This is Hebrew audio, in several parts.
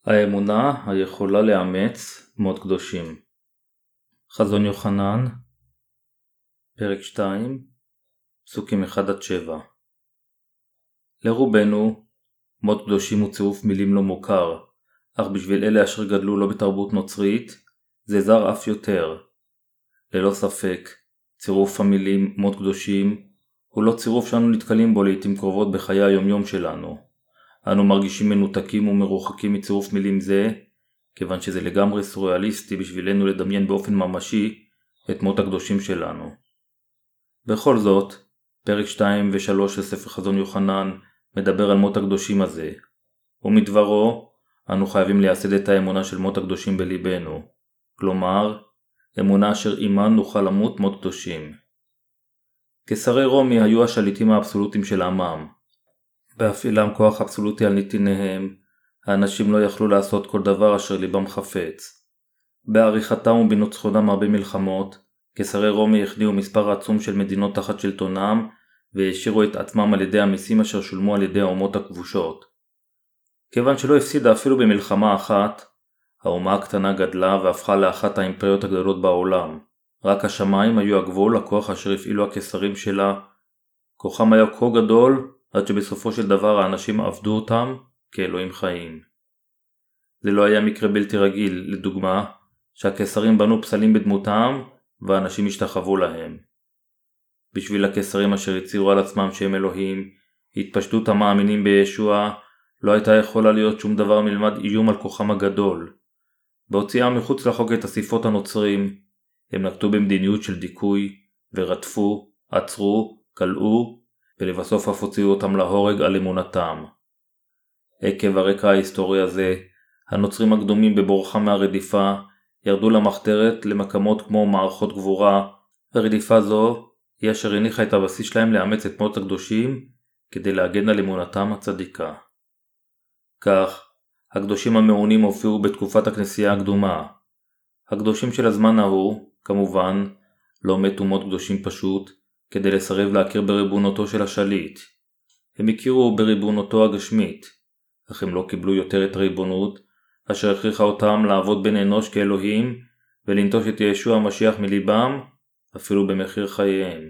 האמונה היכולה לאמץ מות קדושים. חזון יוחנן, פרק 2, פסוקים 1-7. לרובנו, מות קדושים הוא צירוף מילים לא מוכר, אך בשביל אלה אשר גדלו לא בתרבות נוצרית, זה זר אף יותר. ללא ספק, צירוף המילים מות קדושים הוא לא צירוף שאנו נתקלים בו לעתים קרובות בחיי היומיום שלנו. אנו מרגישים מנותקים ומרוחקים מצירוף מילים זה, כיוון שזה לגמרי סוריאליסטי בשבילנו לדמיין באופן ממשי את מות הקדושים שלנו. בכל זאת, פרק 2 ו-3 של ספר חזון יוחנן מדבר על מות הקדושים הזה, ומדברו אנו חייבים לייסד את האמונה של מות הקדושים בליבנו, כלומר, אמונה אשר עימן נוכל למות מות קדושים. קיסרי רומי היו השליטים האבסולוטיים של עמם. בהפעילם כוח אבסולוטי על נתיניהם, האנשים לא יכלו לעשות כל דבר אשר ליבם חפץ. בעריכתם ובניצחונם הרבה מלחמות, קיסרי רומי הכניעו מספר עצום של מדינות תחת שלטונם, והשאירו את עצמם על ידי המיסים אשר שולמו על ידי האומות הכבושות. כיוון שלא הפסידה אפילו במלחמה אחת, האומה הקטנה גדלה והפכה לאחת האימפריות הגדולות בעולם. רק השמיים היו הגבול לכוח אשר הפעילו הקיסרים שלה. כוחם היה כה גדול, עד שבסופו של דבר האנשים עבדו אותם כאלוהים חיים. זה לא היה מקרה בלתי רגיל, לדוגמה, שהקיסרים בנו פסלים בדמותם והאנשים השתחוו להם. בשביל הקיסרים אשר הצהירו על עצמם שהם אלוהים, התפשטות המאמינים בישוע לא הייתה יכולה להיות שום דבר מלבד איום על כוחם הגדול. בהוציאם מחוץ לחוק את אסיפות הנוצרים, הם נקטו במדיניות של דיכוי ורדפו, עצרו, קלעו, ולבסוף אף הוציאו אותם להורג על אמונתם. עקב הרקע ההיסטורי הזה, הנוצרים הקדומים בבורחם מהרדיפה ירדו למחתרת למקמות כמו מערכות גבורה, ורדיפה זו היא אשר הניחה את הבסיס שלהם לאמץ את מות הקדושים כדי להגן על אמונתם הצדיקה. כך, הקדושים המעונים הופיעו בתקופת הכנסייה הקדומה. הקדושים של הזמן ההוא, כמובן, לא מתו מות קדושים פשוט, כדי לסרב להכיר בריבונותו של השליט. הם הכירו בריבונותו הגשמית, אך הם לא קיבלו יותר את הריבונות, אשר הכריחה אותם לעבוד בן אנוש כאלוהים, ולנטוש את ישוע המשיח מליבם, אפילו במחיר חייהם.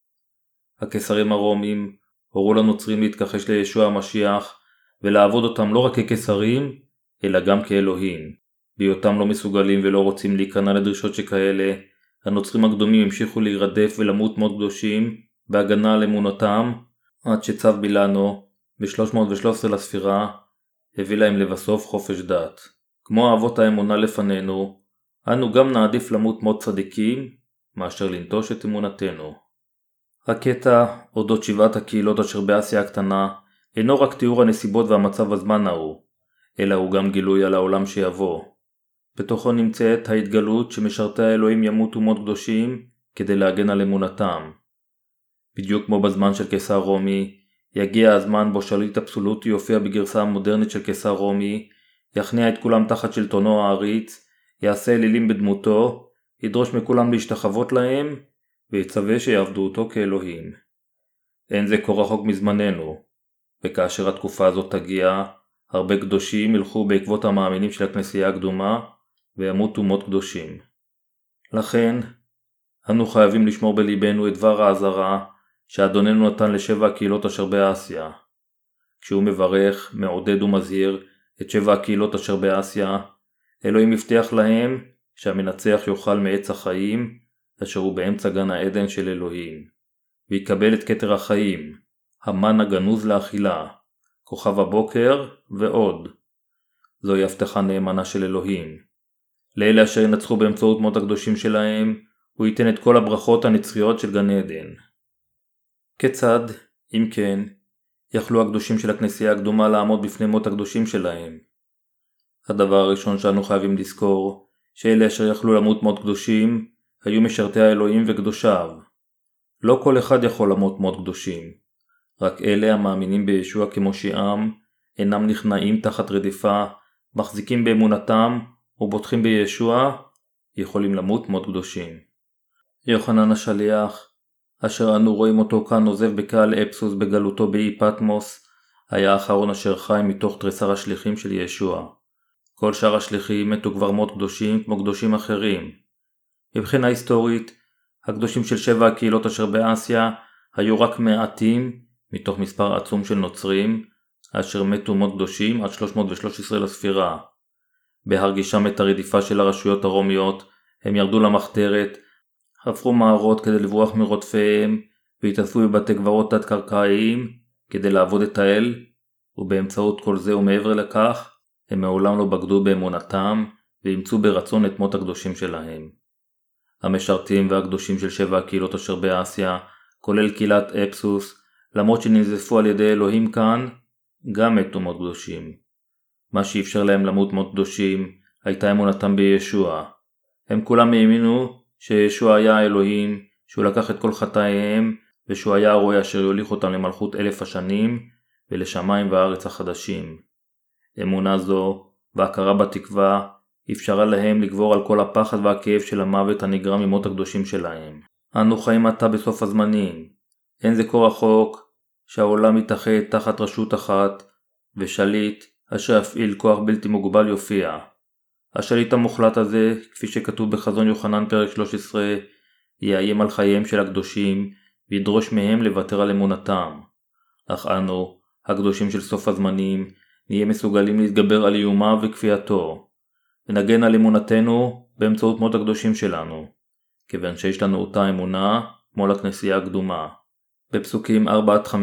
הקיסרים הרומים הורו לנוצרים להתכחש לישוע המשיח, ולעבוד אותם לא רק כקיסרים, אלא גם כאלוהים. בהיותם לא מסוגלים ולא רוצים להיכנע לדרישות שכאלה, הנוצרים הקדומים המשיכו להירדף ולמות מות קדושים בהגנה על אמונתם, עד שצו בילאנו ב-313 לספירה הביא להם לבסוף חופש דת. כמו אבות האמונה לפנינו, אנו גם נעדיף למות מות צדיקים מאשר לנטוש את אמונתנו. הקטע אודות 7 הקהילות אשר באסיה הקטנה אינו רק תיאור הנסיבות והמצב הזמן ההוא, אלא הוא גם גילוי על העולם שיבוא. בתוכו נמצאת ההתגלות שמשרתי האלוהים ימותו מות קדושים כדי להגן על אמונתם. בדיוק כמו בזמן של קיסר רומי, יגיע הזמן בו שליט אבסולוטי יופיע בגרסה המודרנית של קיסר רומי, יכניע את כולם תחת שלטונו העריץ, יעשה אלילים בדמותו, ידרוש מכולם להשתחוות להם, ויצווה שיעבדו אותו כאלוהים. אין זה כה רחוק מזמננו, וכאשר התקופה הזאת תגיע, הרבה קדושים ילכו בעקבות המאמינים של הכנסייה הקדומה, וימותו מות קדושים. לכן, אנו חייבים לשמור בליבנו את דבר האזהרה שאדוננו נתן ל7 הקהילות אשר באסיה. כשהוא מברך, מעודד ומזהיר את 7 הקהילות אשר באסיה, אלוהים הבטיח להם שהמנצח יאכל מעץ החיים, אשר הוא באמצע גן העדן של אלוהים, ויקבל את כתר החיים, המן הגנוז לאכילה, כוכב הבוקר ועוד. זוהי הבטחה נאמנה של אלוהים. לאלה אשר ינצחו באמצעות מות הקדושים שלהם, הוא ייתן את כל הברכות הנצחיות של גן עדן. כיצד, אם כן, יכלו הקדושים של הכנסייה הקדומה לעמוד בפני מות הקדושים שלהם? הדבר הראשון שאנו חייבים לזכור, שאלה אשר יכלו למות מות קדושים, היו משרתי האלוהים וקדושיו. לא כל אחד יכול למות מות קדושים. רק אלה המאמינים בישוע כמושיעם, אינם נכנעים תחת רדיפה, מחזיקים באמונתם ובוטחים בישוע, יכולים למות מות קדושים. יוחנן השליח, אשר אנו רואים אותו כאן עוזב בקהל אפסוס בגלותו באי פטמוס, היה האחרון אשר חי מתוך תריסר השליחים של ישוע. כל שאר השליחים מתו כבר מות קדושים כמו קדושים אחרים. מבחינה היסטורית, הקדושים של 7 הקהילות אשר באסיה היו רק מעטים מתוך מספר עצום של נוצרים, אשר מתו מות קדושים עד 313 לספירה. בהרגישם את הרדיפה של הרשויות הרומיות, הם ירדו למחתרת, חפרו מערות כדי לברוח מרודפיהם, והתאספו בבתי קברות תת-קרקעיים כדי לעבוד את האל, ובאמצעות כל זה ומעבר לכך, הם מעולם לא בגדו באמונתם, ואימצו ברצון את מות הקדושים שלהם. המשרתים והקדושים של 7 הקהילות אשר באסיה, כולל קהילת אפסוס, למרות שננזפו על ידי אלוהים כאן, גם מתו מות קדושים. מה שאפשר להם למות מות קדושים הייתה אמונתם בישוע. הם כולם האמינו שישוע היה האלוהים, שהוא לקח את כל חטאיהם, ושהוא היה הרועה אשר יוליך אותם למלכות 1000 השנים, ולשמיים והארץ החדשים. אמונה זו והכרה בתקווה אפשרה להם לגבור על כל הפחד והכאב של המוות הנגרם ממות הקדושים שלהם. אנו חיים עתה בסוף הזמנים. אין זה כה רחוק שהעולם מתאחד תחת רשות אחת, ושליט אשר יפעיל כוח בלתי מוגבל יופיע. השליט המוחלט הזה, כפי שכתוב בחזון יוחנן פרק 13, יאיים על חייהם של הקדושים וידרוש מהם לוותר על אמונתם. אך אנו, הקדושים של סוף הזמנים, נהיה מסוגלים להתגבר על איומיו וכפייתו, ונגן על אמונתנו באמצעות מות הקדושים שלנו, כיוון שיש לנו אותה אמונה כמו לכנסייה הקדומה. בפסוקים 4-5,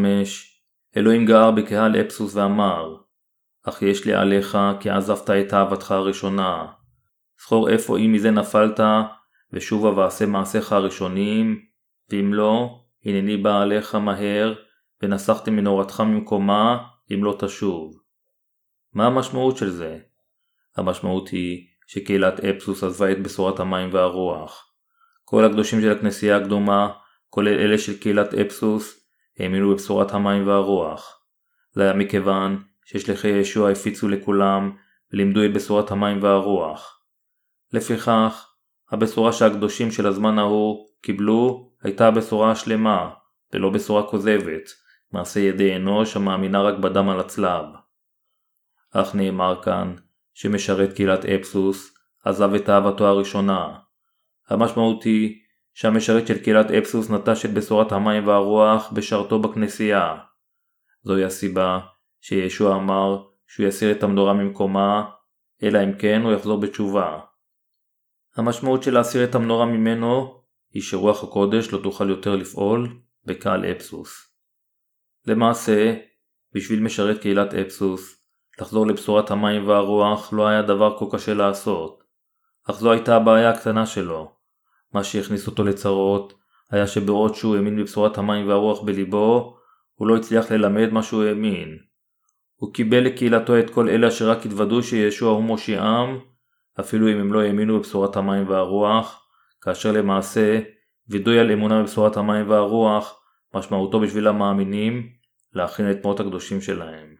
אלוהים גער בקהל אפסוס ואמר, אך יש לי עליך כי עזבת את אהבתך הראשונה. זכור איפה אם מזה נפלת, ושובה ועשה מעשיך הראשונים, ואם לא, הנני בא עליך מהר, ונסחתי מנורתך ממקומה, אם לא תשוב. מה המשמעות של זה? המשמעות היא שקהילת אפסוס עזבה את בשורת המים והרוח. כל הקדושים של הכנסייה הקדומה, כולל אלה של קהילת אפסוס, האמינו בבשורת המים והרוח. זה היה מכיוון ששליחי ישוע הפיצו לכולם ולימדו את בשורת המים והרוח. לפיכך, הבשורה שהקדושים של הזמן ההוא קיבלו הייתה הבשורה השלמה, ולא בשורה כוזבת, מעשה ידי אנוש המאמינה רק בדם על הצלב. אך נאמר כאן שמשרת קהילת אפסוס עזב את אהבתו הראשונה. המשמעות היא שהמשרת של קהילת אפסוס נטש את בשורת המים והרוח בשרתו בכנסייה. זוהי הסיבה שישוע אמר שהוא יסיר את המנורה ממקומה, אלא אם כן הוא יחזור בתשובה. המשמעות של להסיר את המנורה ממנו היא שרוח הקודש לא תוכל יותר לפעול בקהל אפסוס. למעשה, בשביל משרת קהילת אפסוס, לחזור לבשורת המים והרוח לא היה דבר כה קשה לעשות. אך זו הייתה הבעיה הקטנה שלו. מה שהכניס אותו לצרות היה שבעוד שהוא האמין בבשורת המים והרוח בליבו, הוא לא הצליח ללמד מה שהוא האמין. הוא קיבל לקהילתו את כל אלה אשר רק התוודו שישוע הוא מושיעם, אפילו אם הם לא האמינו בבשורת המים והרוח, כאשר למעשה וידוי על אמונה בבשורת המים והרוח משמעותו בשביל המאמינים להכין את מות הקדושים שלהם.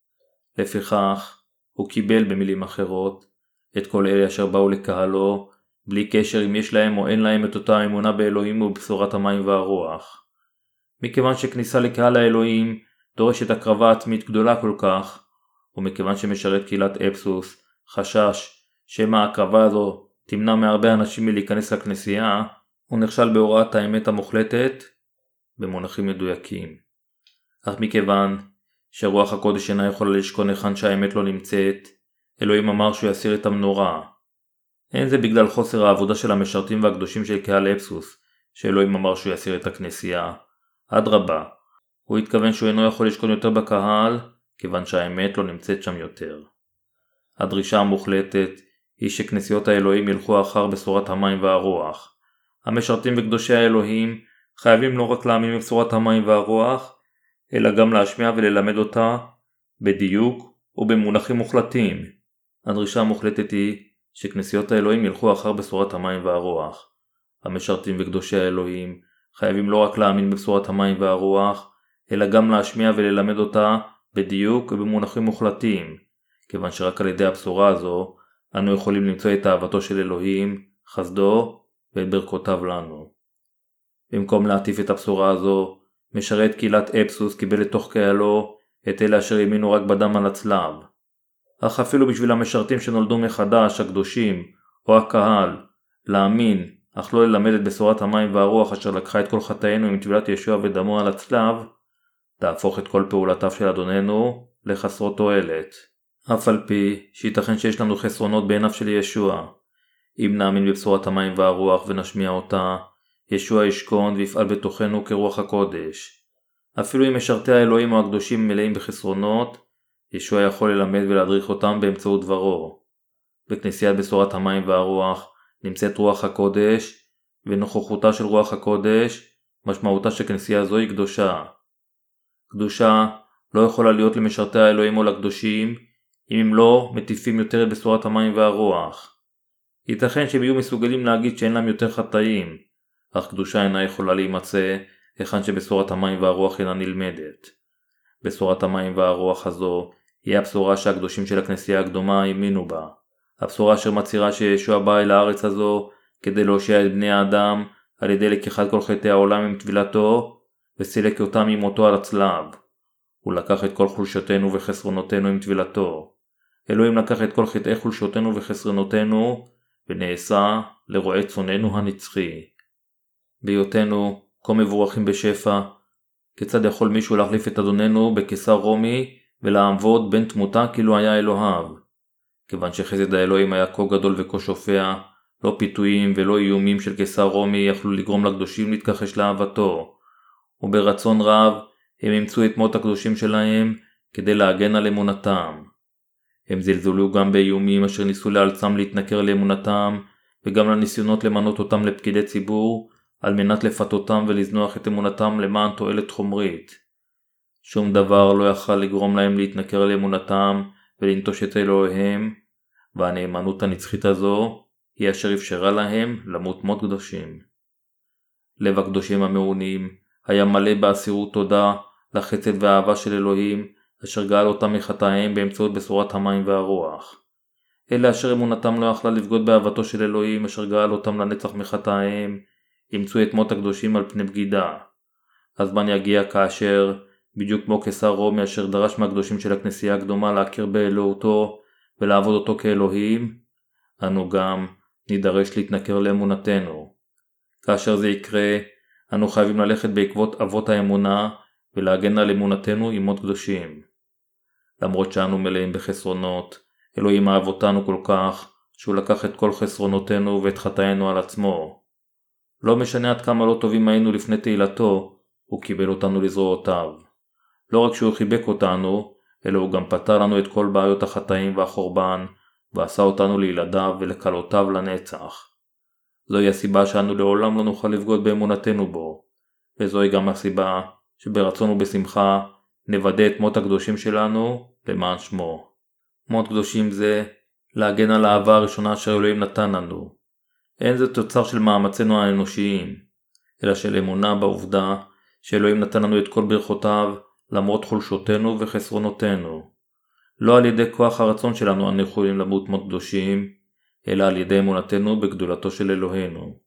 לפיכך, הוא קיבל במילים אחרות את כל אלה אשר באו לקהלו, בלי קשר אם יש להם או אין להם את אותה אמונה באלוהים ובבשורת המים והרוח. מכיוון שכניסה לקהל האלוהים דורשת הקרבה עצמית גדולה כל כך, ומכיוון שמשרת קהילת אפסוס חשש שמא ההקרבה הזו תמנע מהרבה אנשים מלהיכנס לכנסייה, הוא נכשל בהוראת האמת המוחלטת במונחים מדויקים. אך מכיוון שרוח הקודש אינה יכולה לשכון היכן שהאמת לא נמצאת, אלוהים אמר שהוא יסיר את המנורה. אין זה בגלל חוסר העבודה של המשרתים והקדושים של קהל אפסוס שאלוהים אמר שהוא יסיר את הכנסייה. אדרבה, הוא התכוון שהוא אינו יכול לשכון יותר בקהל, כיוון שהאמת לא נמצאת שם יותר. הדרישה המוחלטת היא שכנסיות האלוהים ילכו אחר בשורת המים והרוח. המשרתים וקדושי האלוהים חייבים לא רק להאמין בבשורת המים והרוח, אלא גם להשמיע וללמד אותה בדיוק ובמונחים מוחלטים. הדרישה המוחלטת היא שכנסיות האלוהים ילכו אחר בשורת המים והרוח. המשרתים וקדושי האלוהים חייבים לא רק להאמין בבשורת המים והרוח, אלא גם להשמיע וללמד אותה בדיוק ובמונחים מוחלטים, כיוון שרק על ידי הבשורה הזו אנו יכולים למצוא את אהבתו של אלוהים, חסדו ואת ברכותיו לנו. במקום להטיף את הבשורה הזו, משרת קהילת אפסוס קיבל לתוך קהלו את אלה אשר האמינו רק בדם על הצלב. אך אפילו בשביל המשרתים שנולדו מחדש, הקדושים או הקהל, להאמין, אך לא ללמד את בשורת המים והרוח אשר לקחה את כל חטאינו עם טבילת ישוע ודמו על הצלב, תהפוך את כל פעולותיו של אדוננו לחסרות תועלת. אף על פי שייתכן שיש לנו חסרונות בעיניו של ישוע, אם נאמין בבשורת המים והרוח ונשמיע אותה, ישוע ישכון ויפעל בתוכנו כרוח הקודש. אפילו אם משרתי האלוהים או הקדושים מלאים בחסרונות, ישוע יכול ללמד ולהדריך אותם באמצעות דברו. בכנסיית בשורת המים והרוח נמצאת רוח הקודש, ונוכחותה של רוח הקודש, משמעותה שכנסייה זו היא קדושה. קדושה לא יכולה להיות למשרתי האלוהים או לקדושים, אם הם לא מטיפים יותר את בשורת המים והרוח. ייתכן שהם יהיו מסוגלים להגיד שאין להם יותר חטאים, אך קדושה אינה יכולה להימצא היכן שבשורת המים והרוח אינה נלמדת. בשורת המים והרוח הזו היא הבשורה שהקדושים של הכנסייה הקדומה האמינו בה. הבשורה אשר מצהירה שישוע בא אל הארץ הזו כדי להושיע את בני האדם על ידי לקיחת כל חטאי העולם עם טבילתו וסילק אותם עם מותו על הצלב. הוא לקח את כל חולשותינו וחסרונותינו עם טבילתו. אלוהים לקח את כל חטאי חולשותינו וחסרונותינו ונעשה לרועה צוננו הנצחי. בהיותנו כה מבורכים בשפע, כיצד יכול מישהו להחליף את אדוננו בקיסר רומי ולעבוד בין תמותה כאילו היה אלוהיו? כיוון שחסד האלוהים היה כה גדול וכה שופע, לא פיתויים ולא איומים של קיסר רומי יכלו לגרום לקדושים להתכחש לאהבתו, וברצון רב הם אימצו את מות הקדושים שלהם כדי להגן על אמונתם. הם זלזלו גם באיומים אשר ניסו לאלצם להתנכר לאמונתם, וגם לניסיונות למנות אותם לפקידי ציבור, על מנת לפתותם ולזנוח את אמונתם למען תועלת חומרית. שום דבר לא יכל לגרום להם להתנכר לאמונתם ולנטוש את אלוהיהם, והנאמנות הנצחית הזו היא אשר אפשרה להם למות מות קדושים. לב הקדושים המעונים היה מלא באסירות תודה לחסד והאהבה של אלוהים, אשר גאל אותם מחטאיהם באמצעות בשורת המים והרוח. אלה אשר אמונתם לא יכלה לבגוד באהבתו של אלוהים, אשר גאל אותם לנצח מחטאיהם, אימצו את מות הקדושים על פני בגידה. הזמן יגיע כאשר, בדיוק כמו קיסר רומי אשר דרש מהקדושים של הכנסייה הקדומה להכיר באלוהותו ולעבוד אותו כאלוהים, אנו גם נידרש להתנכר לאמונתנו. כאשר זה יקרה, אנו חייבים ללכת בעקבות אבות האמונה ולהגן על אמונתנו עם מות קדושים. למרות שאנו מלאים בחסרונות, אלוהים אהב אותנו כל כך שהוא לקח את כל חסרונותינו ואת חטאינו על עצמו. לא משנה עד כמה לא טובים היינו לפני תהילתו, הוא קיבל אותנו לזרועותיו. לא רק שהוא חיבק אותנו, אלא הוא גם פתר לנו את כל בעיות החטאים והחורבן, ועשה אותנו לילדיו ולקלותיו לנצח. זוהי הסיבה שאנו לעולם לא נוכל לבגוד באמונתנו בו, וזוהי גם הסיבה שברצון ובשמחה נוודא את מות הקדושים שלנו למען שמו. מות קדושים זה להגן על האהבה הראשונה אשר אלוהים נתן לנו. אין זה תוצר של מאמצינו האנושיים, אלא של אמונה בעובדה שאלוהים נתן לנו את כל ברכותיו למרות חולשותינו וחסרונותינו. לא על ידי כוח הרצון שלנו אנו יכולים למות מות קדושים, אלא על ידי אמונתנו בגדולתו של אלוהינו.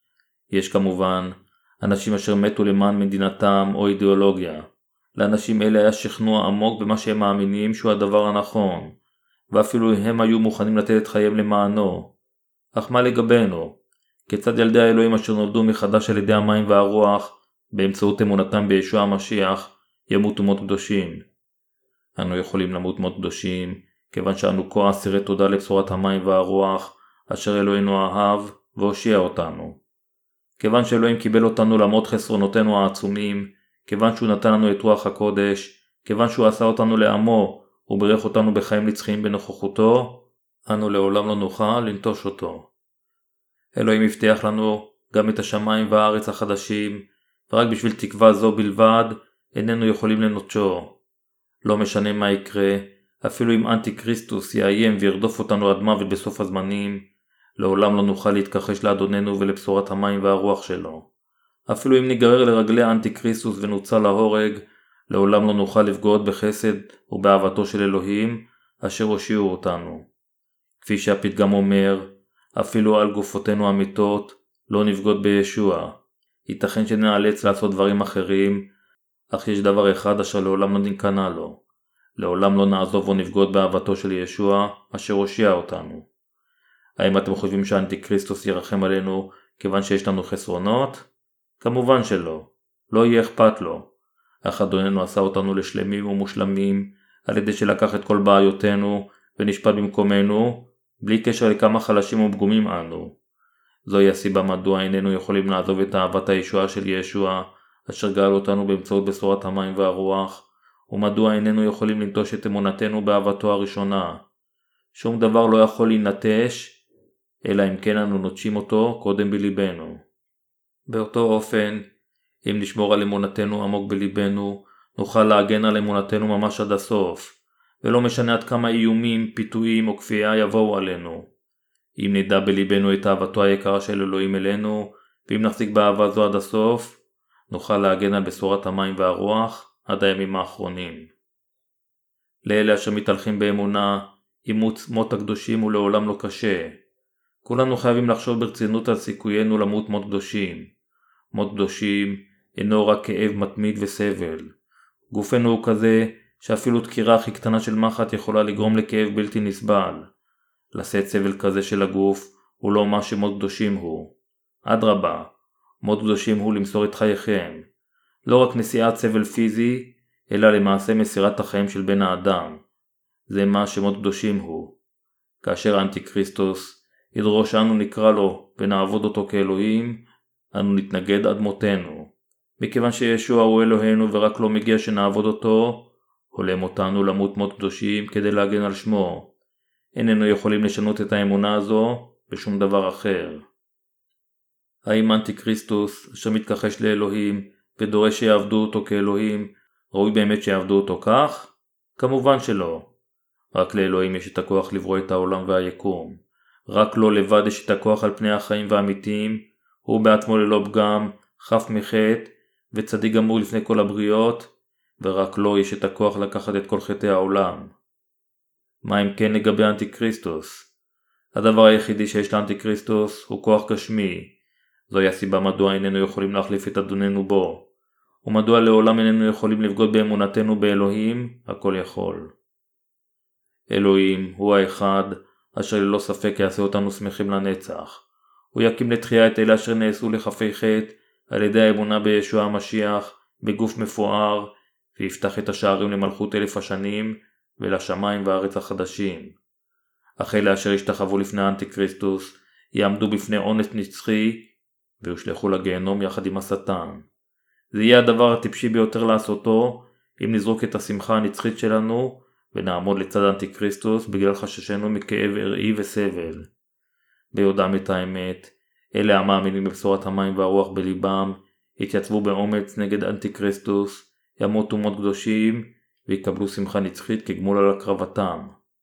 יש כמובן אנשים אשר מתו למען מדינתם או אידיאולוגיה. לאנשים אלה היה שכנוע עמוק במה שהם מאמינים שהוא הדבר הנכון, ואפילו הם היו מוכנים לתת את חייהם למענו. אך מה לגבינו? כיצד ילדי האלוהים אשר נולדו מחדש על ידי המים והרוח, באמצעות אמונתם בישוע המשיח, ימותו מות קדושים? אנו יכולים למות מות קדושים, כיוון שאנו כה אסירי תודה לבשורת המים והרוח, אשר אלוהינו אהב והושיע אותנו. כיוון שאלוהים קיבל אותנו למרות חסרונותינו העצומים, כיוון שהוא נתן לנו את רוח הקודש, כיוון שהוא עשה אותנו לעמו, וברך אותנו בחיים נצחיים בנוכחותו, אנו לעולם לא נוכל לנטוש אותו. אלוהים הבטיח לנו גם את השמיים והארץ החדשים, ורק בשביל תקווה זו בלבד איננו יכולים לנוטשו. לא משנה מה יקרה, אפילו אם אנטי קריסטוס יאיים וירדוף אותנו עד מוות בסוף הזמנים, לעולם לא נוכל להתכחש לאדוננו ולבשורת המים והרוח שלו. אפילו אם ניגרר לרגלי האנטי קריסטוס ונוצא להורג, לעולם לא נוכל לפגוד בחסד ובאהבתו של אלוהים אשר הושיעו אותנו. כפי שהפתגם אומר, אפילו על גופותינו המיתות לא נבגוד בישוע. ייתכן שנאלץ לעשות דברים אחרים, אך יש דבר אחד אשר לעולם לא ניכנע לו. לעולם לא נעזוב או נבגוד באהבתו של ישוע אשר הושיע אותנו. האם אתם חושבים שהאנטיקריסטוס ירחם עלינו כיוון שיש לנו חסרונות? כמובן שלא. לא יהיה אכפת לו. אך אדוננו עשה אותנו לשלמים ומושלמים על ידי שלקח את כל בעיותינו ונשפט במקומנו בלי קשר לכמה חלשים ופגומים אנו. זוהי הסיבה מדוע איננו יכולים לעזוב את אהבת הישועה של ישוע אשר גאל אותנו באמצעות בשורת המים והרוח, ומדוע איננו יכולים לנטוש את אמונתנו באהבתו הראשונה. שום דבר לא יכול להינטש, אלא אם כן אנו נוטשים אותו קודם בליבנו. באותו אופן, אם נשמור על אמונתנו עמוק בליבנו, נוכל להגן על אמונתנו ממש עד הסוף, ולא משנה עד כמה איומים, פיתויים או כפייה יבואו עלינו. אם נדע בליבנו את אהבתו היקרה של אלוהים אלינו, ואם נחזיק באהבה זו עד הסוף, נוכל להגן על בשורת המים והרוח עד הימים האחרונים. לאלה אשר מתהלכים באמונה, אימוץ מות הקדושים הוא לעולם לא קשה. כולנו חייבים לחשוב ברצינות על סיכויינו למות מות קדושים. מות קדושים אינו רק כאב מתמיד וסבל. גופנו הוא כזה שאפילו דקירה הכי קטנה של מחט יכולה לגרום לכאב בלתי נסבל. לשאת סבל כזה של הגוף הוא לא מה שמות קדושים הוא. אדרבה, מות קדושים הוא למסור את חייכם. לא רק נשיאת סבל פיזי, אלא למעשה מסירת החיים של בן האדם. זה מה שמות קדושים הוא. כאשר האנטיקריסטוס ידרוש אנו נקרא לו ונעבוד אותו כאלוהים, אנו נתנגד עד מותנו. מכיוון שישוע הוא אלוהינו ורק לא מגיע שנעבוד אותו, הולם אותנו למות מות קדושים כדי להגן על שמו. איננו יכולים לשנות את האמונה הזו בשום דבר אחר. האם אנטיקריסטוס אשר מתכחש לאלוהים ודורש שיעבדו אותו כאלוהים, ראוי באמת שיעבדו אותו כך? כמובן שלא. רק לאלוהים יש את הכוח לברוא את העולם והיקום. רק לו לבד יש את הכוח על פני החיים והאמיתיים, הוא בעצמו ללא פגם, חף מחטא וצדיק גמור לפני כל הבריות, ורק לו יש את הכוח לקחת את כל חטאי העולם. מה אם כן לגבי אנטיקריסטוס? הדבר היחידי שיש לאנטיקריסטוס הוא כוח גשמי. זוהי הסיבה מדוע איננו יכולים להחליף את אדוננו בו, ומדוע לעולם איננו יכולים לבגוד באמונתנו באלוהים הכל יכול. אלוהים הוא האחד אשר ללא ספק יעשה אותנו שמחים לנצח. הוא יקים לתחייה את אלה אשר נעשו לחפי חטא על ידי האמונה בישוע המשיח בגוף מפואר, ויפתח את השערים למלכות 1000 השנים ולשמיים והארץ החדשים. אך אלה אשר ישתחוו לפני האנטיקריסטוס יעמדו בפני אונס נצחי ויושלחו לגיהנום יחד עם השטן. זה יהיה הדבר הטיפשי ביותר לעשותו אם נזרוק את השמחה הנצחית שלנו ונעמוד לצד האנטיקריסטוס בגלל חששנו מכאב ארעי וסבל. ביודעם את האמת, אלה המאמינים בבשורת המים והרוח בליבם יתייצבו באומץ נגד אנטיקריסטוס, ימותו מות קדושים ויקבלו שמחה נצחית כגמול על הקרבתם.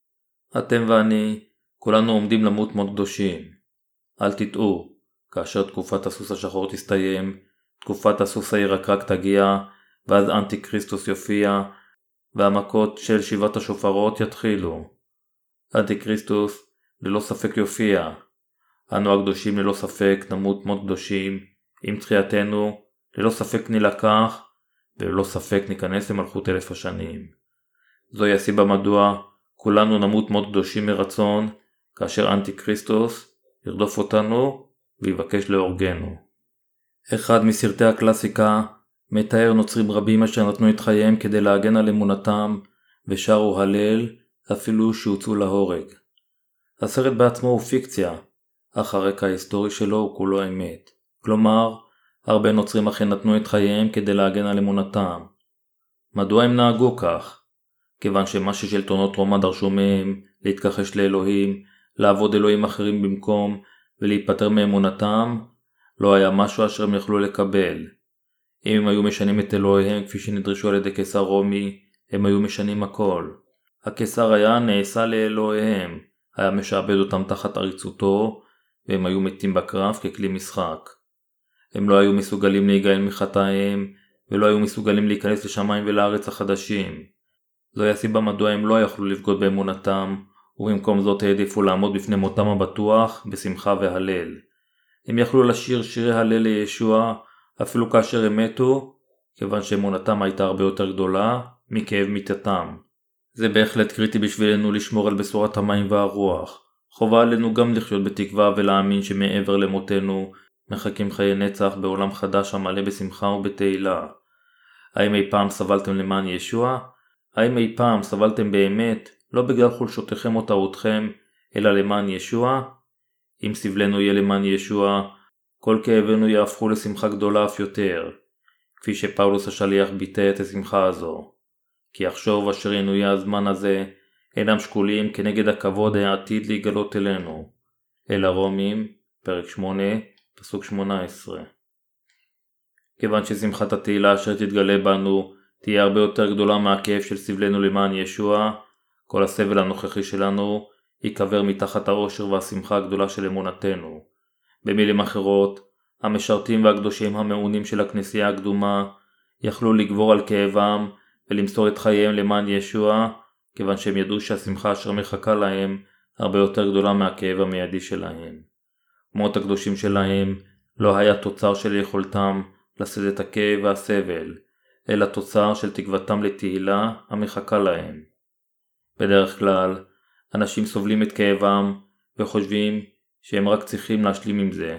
אתם ואני, כולנו עומדים למות מות קדושים. אל תטעו, כאשר תקופת הסוס השחור תסתיים, תקופת הסוס הירקרק תגיע, ואז אנטיקריסטוס יופיע, והמכות של 7 השופרות יתחילו. אנטיקריסטוס ללא ספק יופיע. אנו הקדושים ללא ספק נמות מות קדושים, עם תחייתנו ללא ספק נלקח, וללא ספק ניכנס למלכות 1000 השנים. זוהי הסיבה מדוע כולנו נמות מות קדושים מרצון, כאשר אנטיקריסטוס ירדוף אותנו ויבקש להורגנו. אחד מסרטי הקלאסיקה מתאר נוצרים רבים אשר נתנו את חייהם כדי להגן על אמונתם ושרו הלל אפילו שהוצאו להורג. הסרט בעצמו הוא פיקציה, אך הרקע ההיסטורי שלו הוא כולו אמת. כלומר, הרבה נוצרים אכן נתנו את חייהם כדי להגן על אמונתם. מדוע הם נהגו כך? כיוון שמה ששלטונות רומא דרשו מהם להתכחש לאלוהים, לעבוד אלוהים אחרים במקום ולהיפטר מאמונתם, לא היה משהו אשר הם יכלו לקבל. אם הם היו משנים את אלוהיהם כפי שנדרשו על ידי קיסר רומי, הם היו משנים הכל. הקיסר היה נעשה לאלוהיהם, היה משעבד אותם תחת עריצותו, והם היו מתים בקרב ככלי משחק. הם לא היו מסוגלים להיגאל מחטאיהם, ולא היו מסוגלים להיכנס לשמיים ולארץ החדשים. זוהי הסיבה מדוע הם לא יכלו לבגוד באמונתם, ובמקום זאת העדיפו לעמוד בפני מותם הבטוח בשמחה והלל. הם יכלו לשיר שירי הלל לישוע, אפילו כאשר הם מתו, כיוון שאמונתם הייתה הרבה יותר גדולה מכאב מיתתם. זה בהחלט קריטי בשבילנו לשמור על בשורת המים והרוח. חובה עלינו גם לחיות בתקווה ולהאמין שמעבר למותנו מחכים חיי נצח בעולם חדש המלא בשמחה ובתהילה. האם אי פעם סבלתם למען ישוע? האם אי פעם סבלתם באמת, לא בגלל חולשותיכם או טעותכם, אלא למען ישוע? אם סבלנו יהיה למען ישוע, כל כאבנו יהפכו לשמחה גדולה אף יותר, כפי שפאולוס השליח ביטא את השמחה הזו. כי יחשוב אשר ינויי הזמן הזה אינם שקולים כנגד הכבוד העתיד להיגלות אלינו. אל הרומים, פרק 8, פסוק 18. כיוון ששמחת התהילה אשר תתגלה בנו תהיה הרבה יותר גדולה מהכאב של סבלנו למען ישוע, כל הסבל הנוכחי שלנו ייקבר מתחת האושר והשמחה הגדולה של אמונתנו. במילים אחרות, המשרתים והקדושים המעונים של הכנסייה הקדומה יכלו לגבור על כאבם ולמסור את חייהם למען ישוע, כיוון שהם ידעו שהשמחה אשר מחכה להם הרבה יותר גדולה מהכאב המיידי שלהם. מות הקדושים שלהם לא היה תוצר של יכולתם לשאת את הכאב והסבל, אלא תוצר של תקוותם לתהילה המחכה להם. בדרך כלל, אנשים סובלים את כאבם וחושבים שהם רק צריכים להשלים עם זה.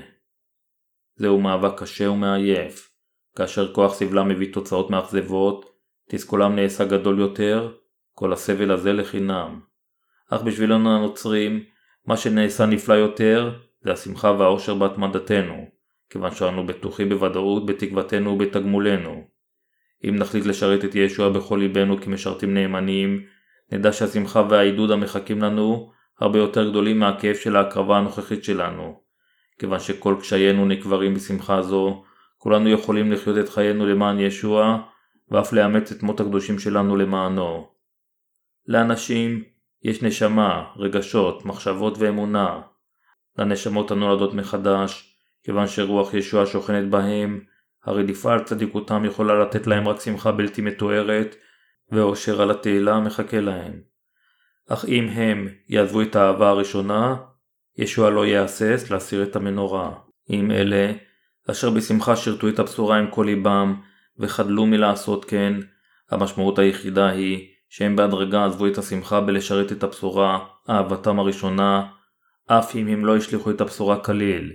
זהו מאבק קשה ומעייף. כאשר כוח סבלם מביא תוצאות מאכזבות, תסכולם נעשה גדול יותר, כל הסבל הזה לחינם. אך בשבילנו הנוצרים, מה שנעשה נפלא יותר, זה השמחה והאושר בהתמדתנו, כיוון שאנו בטוחים בוודאות בתקוותנו ובתגמולנו. אם נחליט לשרת את ישוע בכל ליבנו כמשרתים נאמנים, נדע שהשמחה והעידוד המחכים לנו הרבה יותר גדולים מהכאב של ההקרבה הנוכחית שלנו. כיוון שכל קשיינו נקברים בשמחה זו, כולנו יכולים לחיות את חיינו למען ישוע, ואף לאמץ את מות הקדושים שלנו למענו. לאנשים יש נשמה, רגשות, מחשבות ואמונה. לנשמות הנולדות מחדש, כיוון שרוח ישוע שוכנת בהם, הרדיפה על צדיקותם יכולה לתת להם רק שמחה בלתי מתוארת, ואושר על התהילה מחכה להם. אך אם הם יעזבו את האהבה הראשונה, ישוע לא יהסס להסיר את המנורה. אם אלה, אשר בשמחה שירתו את הבשורה עם כל ליבם, וחדלו מלעשות כן, המשמעות היחידה היא שהם בהדרגה עזבו את השמחה בלשרת את הבשורה, אהבתם הראשונה, אף אם הם לא ישליחו את הבשורה כליל.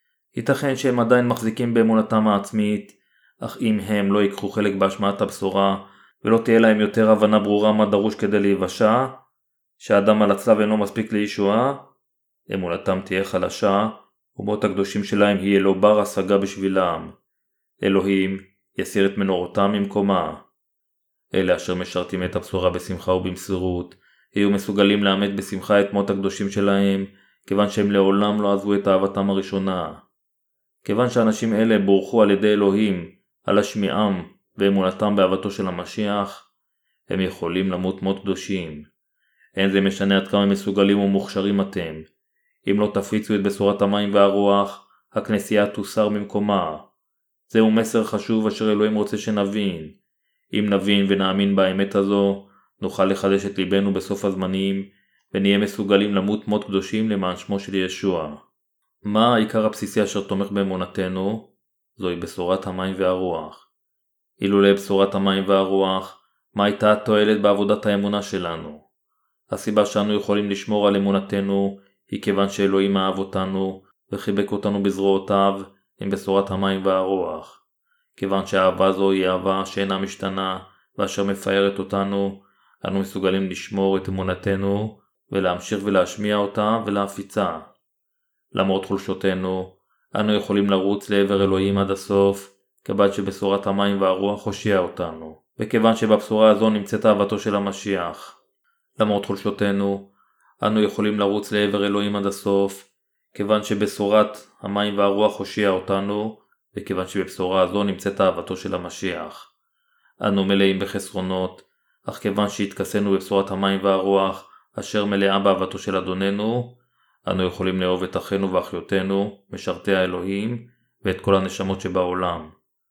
ייתכן שהם עדיין מחזיקים באמונתם העצמית, אך אם הם לא ייקחו חלק בהשמעת הבשורה, ולא תהיה להם יותר הבנה ברורה מה דרוש כדי להיוושע, שהאדם על הצלב אינו מספיק לישועה, אמונתם תהיה חלשה, ומות הקדושים שלהם יהיה לא בר השגה בשבילם. אלוהים יסיר את מנורתם ממקומה. אלה אשר משרתים את הבשורה בשמחה ובמסירות, יהיו מסוגלים לאמת בשמחה את מות הקדושים שלהם, כיוון שהם לעולם לא עזבו את אהבתם הראשונה. כיוון שאנשים אלה בורכו על ידי אלוהים, על השמיעם ואמונתם באהבתו של המשיח, הם יכולים למות מות קדושים. אין זה משנה עד כמה מסוגלים ומוכשרים אתם. אם לא תפיצו את בשורת המים והרוח, הכנסייה תוסר ממקומה. זהו מסר חשוב אשר אלוהים רוצה שנבין. אם נבין ונאמין באמת הזו, נוכל לחדש את ליבנו בסוף הזמנים, ונהיה מסוגלים למות מות קדושים למען שמו של ישוע. מה העיקר הבסיסי אשר תומך באמונתנו? זוהי בשורת המים והרוח. אילולא בשורת המים והרוח, מה הייתה התועלת בעבודת האמונה שלנו? הסיבה שאנו יכולים לשמור על אמונתנו היא כיוון שאלוהים אהב אותנו וחיבק אותנו בזרועותיו עם בשורת המים והרוח. כיוון שהאהבה זו היא אהבה שאינה משתנה ואשר מפארת אותנו, אנו מסוגלים לשמור את אמונתנו ולהמשיך ולהשמיע אותה ולהפיצה. למרות חולשותנו, אנו יכולים לרוץ לעבר אלוהים עד הסוף, כיוון שבשורת המים והרוח הושיע אותנו, וכיוון שבבשורה הזו נמצאת אהבתו של המשיח. למרות חולשותנו, אנו יכולים לרוץ לעבר אלוהים עד הסוף, כיוון שבשורת המים והרוח הושיע אותנו, וכיוון שבבשורה הזו נמצאת אהבתו של המשיח. אנו מלאים בחסרונות, אך כיוון שהתכסנו בבשורת המים והרוח, אשר מלאה באהבתו של אדוננו, אנו יכולים לאהוב את אחינו ואחיותינו, משרתי האלוהים, ואת כל הנשמות שבעולם.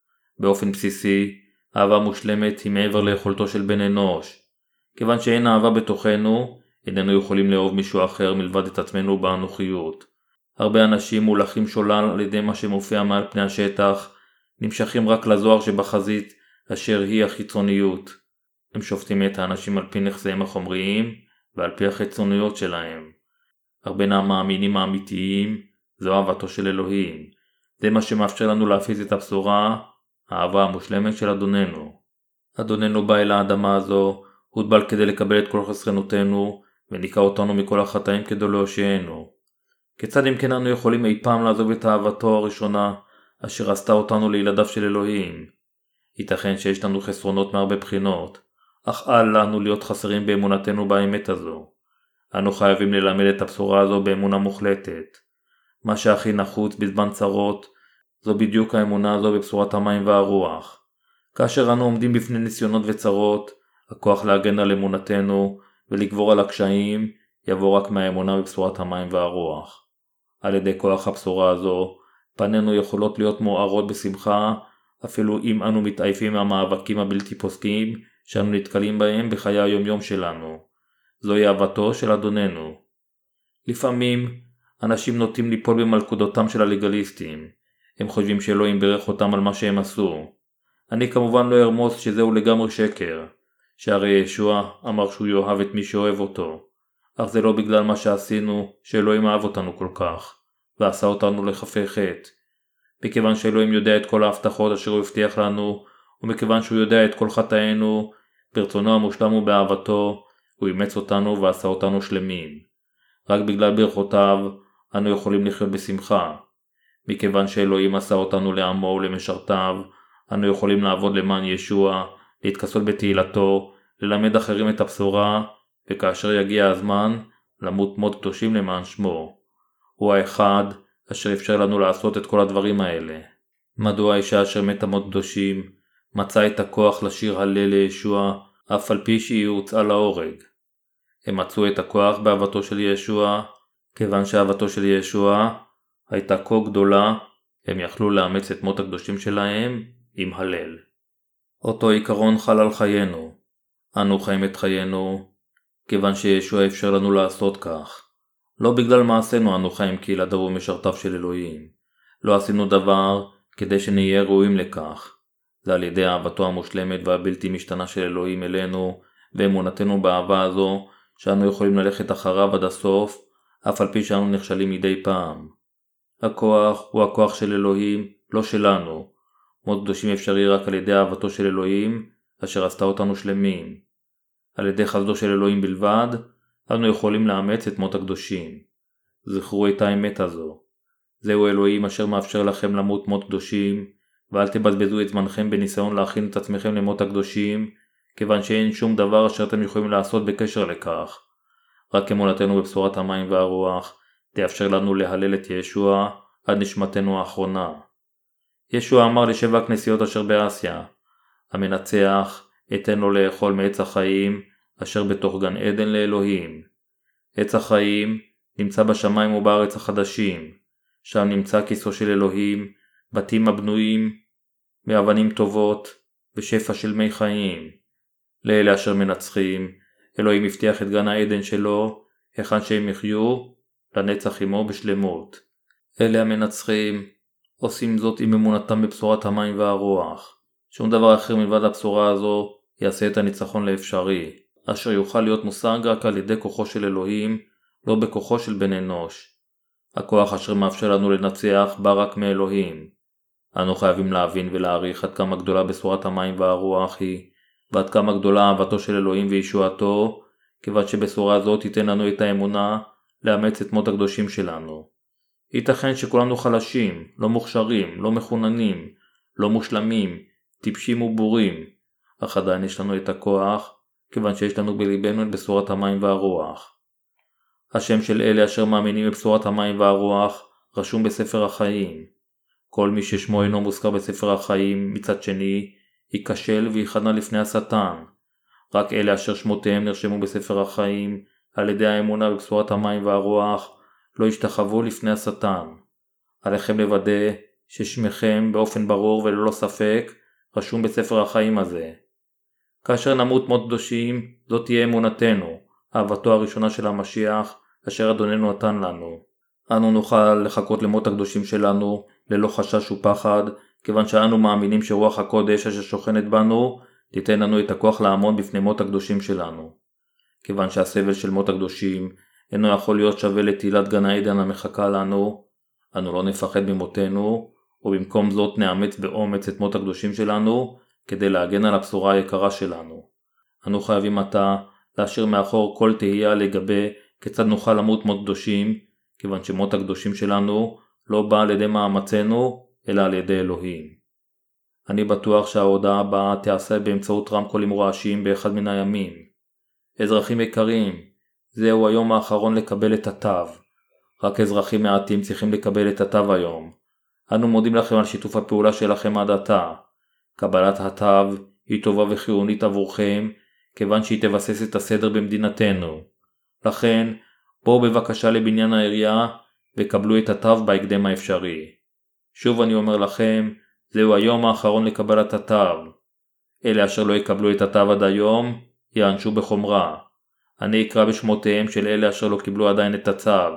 באופן בסיסי, אהבה מושלמת היא מעבר ליכולתו של בן אנוש. כיוון שאין אהבה בתוכנו, איננו יכולים לאהוב מישהו אחר מלבד את עצמנו באנוכיות. הרבה אנשים מולכים שולל על ידי מה שמופיע מעל פני השטח, נמשכים רק לזוהר שבחזית, אשר היא החיצוניות. הם שופטים את האנשים על פי נכסיהם החומריים ועל פי החיצוניות שלהם. אך בין המאמינים האמיתיים זו אהבתו של אלוהים. זה מה שמאפשר לנו להפיץ את הבשורה, האהבה המושלמת של אדוננו. אדוננו בא אל האדמה הזו, הוטבל כדי לקבל את כל חסרונותינו, וניקה אותנו מכל החטאים כדי להושיענו. כיצד אם כן אנו יכולים אי פעם לעזוב את אהבתו הראשונה, אשר עשתה אותנו לילדיו של אלוהים? ייתכן שיש לנו חסרונות מהרבה בחינות, אך אל לנו להיות חסרים באמונתנו באמת הזו. אנו חייבים ללמד את הבשורה הזו באמונה מוחלטת. מה שהכי נחוץ בזמן צרות, זו בדיוק האמונה הזו בבשורת המים והרוח. כאשר אנו עומדים בפני ניסיונות וצרות, הכוח להגן על אמונתנו ולגבור על הקשיים יבוא רק מהאמונה בבשורת המים והרוח. על ידי כוח הבשורה הזו, פנינו יכולות להיות מוארות בשמחה, אפילו אם אנו מתעייפים מהמאבקים הבלתי פוסקים שאנו נתקלים בהם בחיי היומיום שלנו. זוהי אהבתו של אדוננו. לפעמים אנשים נוטים ליפול במלכודותם של הלגליסטים. הם חושבים שאלוהים ברך אותם על מה שהם עשו. אני כמובן לא ארמוז שזהו לגמרי שקר, שהרי ישוע אמר שהוא יאהב את מי שאוהב אותו. אך זה לא בגלל מה שעשינו שאלוהים אהב אותנו כל כך, ועשה אותנו לחפי חטא. מכיוון שאלוהים יודע את כל ההבטחות אשר הוא הבטיח לנו, ומכיוון שהוא יודע את כל חטאינו, ברצונו המושלם ובאהבתו, הוא אימץ אותנו ועשה אותנו שלמים. רק בגלל ברכותיו, אנו יכולים לחיות בשמחה. מכיוון שאלוהים עשה אותנו לעמו ולמשרתיו, אנו יכולים לעבוד למען ישוע, להתכסות בתהילתו, ללמד אחרים את הבשורה, וכאשר יגיע הזמן, למות מות קדושים למען שמו. הוא האחד אשר אפשר לנו לעשות את כל הדברים האלה. מדוע האישה אשר מתה מות קדושים מצאה את הכוח לשיר הלל לישוע, אף על פי שהיא הוצאה להורג? הם מצאו את הכוח באהבתו של ישוע, כיוון שאהבתו של ישוע הייתה כה גדולה, הם יכלו לאמץ את מות הקדושים שלהם עם הלל. אותו עיקרון חל על חיינו. אנו חיים את חיינו, כיוון שישוע אפשר לנו לעשות כך. לא בגלל מעשינו אנו חיים כילדיו ומשרתיו של אלוהים. לא עשינו דבר כדי שנהיה ראויים לכך. זה על ידי אהבתו המושלמת והבלתי משתנה של אלוהים אלינו, ואמונתנו באהבה הזו, שאנו יכולים ללכת אחריו עד הסוף, אף על פי שאנו נכשלים מדי פעם. הכוח הוא הכוח של אלוהים, לא שלנו. מות קדושים אפשרי רק על ידי אהבתו של אלוהים, אשר עשתה אותנו שלמים. על ידי חסדו של אלוהים בלבד, אנו יכולים לאמץ את מות הקדושים. זכרו את האמת הזו. זהו אלוהים אשר מאפשר לכם למות מות קדושים, ואל תבזבזו את זמנכם בניסיון להכין את עצמכם למות הקדושים, כיוון שאין שום דבר אשר אתם יכולים לעשות בקשר לכך. רק אמונתנו בבשורת המים והרוח תאפשר לנו להלל את ישוע עד נשמתנו האחרונה. ישוע אמר ל7 הכנסיות אשר באסיה, המנצח אתן לו לאכול מעץ החיים אשר בתוך גן עדן לאלוהים. עץ החיים נמצא בשמיים ובארץ החדשים, שם נמצא כיסו של אלוהים, בתים הבנויים מאבנים טובות ושפע של מי חיים. לאלה אשר מנצחים, אלוהים הבטיח את גן העדן שלו, היכן שהם יחיו לנצח עמו בשלמות. אלה המנצחים עושים זאת עם אמונתם בבשורת המים והרוח. שום דבר אחר מלבד הבשורה הזו יעשה את הניצחון לאפשרי, אשר יוכל להיות מושג רק על ידי כוחו של אלוהים, לא בכוחו של בן אנוש. הכוח אשר מאפשר לנו לנצח בא רק מאלוהים. אנו חייבים להבין ולהעריך עד כמה גדולה בשורת המים והרוח היא, ועד כמה גדולה אהבתו של אלוהים וישועתו, כיוון שבשורה זו תיתן לנו את האמונה לאמץ את מות הקדושים שלנו. ייתכן שכולנו חלשים, לא מוכשרים, לא מחוננים, לא מושלמים, טיפשים ובורים, אך עדיין יש לנו את הכוח, כיוון שיש לנו בליבנו את בשורת המים והרוח. השם של אלה אשר מאמינים בבשורת המים והרוח רשום בספר החיים. כל מי ששמו אינו מוזכר בספר החיים מצד שני, ייכשל ויכנע לפני השטן. רק אלה אשר שמותיהם נרשמו בספר החיים על ידי האמונה בבשורת המים והרוח לא ישתחוו לפני השטן. עליכם לוודא ששמכם באופן ברור וללא ספק רשום בספר החיים הזה. כאשר נמות מות קדושים, זאת תהיה אמונתנו, אהבתו הראשונה של המשיח אשר אדוננו נתן לנו. אנו נוכל לחכות למות הקדושים שלנו ללא חשש ופחד, כיוון שאנו מאמינים שרוח הקודש אשר שוכנת בנו תיתן לנו את הכוח לעמוד בפני מות הקדושים שלנו. כיוון שהסבל של מות הקדושים אינו יכול להיות שווה לתהילת גן העדן המחכה לנו, אנו לא נפחד ממותנו, ובמקום זאת נאמץ באומץ את מות הקדושים שלנו, כדי להגן על הבשורה היקרה שלנו. אנו חייבים עתה להשאיר מאחור כל תהייה לגבי כיצד נוכל למות מות קדושים, כיוון שמות הקדושים שלנו לא בא על ידי מאמצינו, אלא על ידי אלוהים. אני בטוח שההודעה הבאה תיעשה באמצעות רמקולים רועשיים באחד מן הימים. אזרחים יקרים, זהו היום האחרון לקבל את התו. רק אזרחים מעטים צריכים לקבל את התו היום. אנו מודים לכם על שיתוף הפעולה שלכם עד עתה. קבלת התו היא טובה וחיונית עבורכם, כיוון שהיא תבסס את הסדר במדינתנו. לכן, בואו בבקשה לבניין העירייה וקבלו את התו בהקדם האפשרי. שוב אני אומר לכם, זהו היום האחרון לקבלת התו. אלה אשר לא יקבלו את התו עד היום, יענשו בחומרה. אני אקרא בשמותיהם של אלה אשר לא קיבלו עדיין את הצו.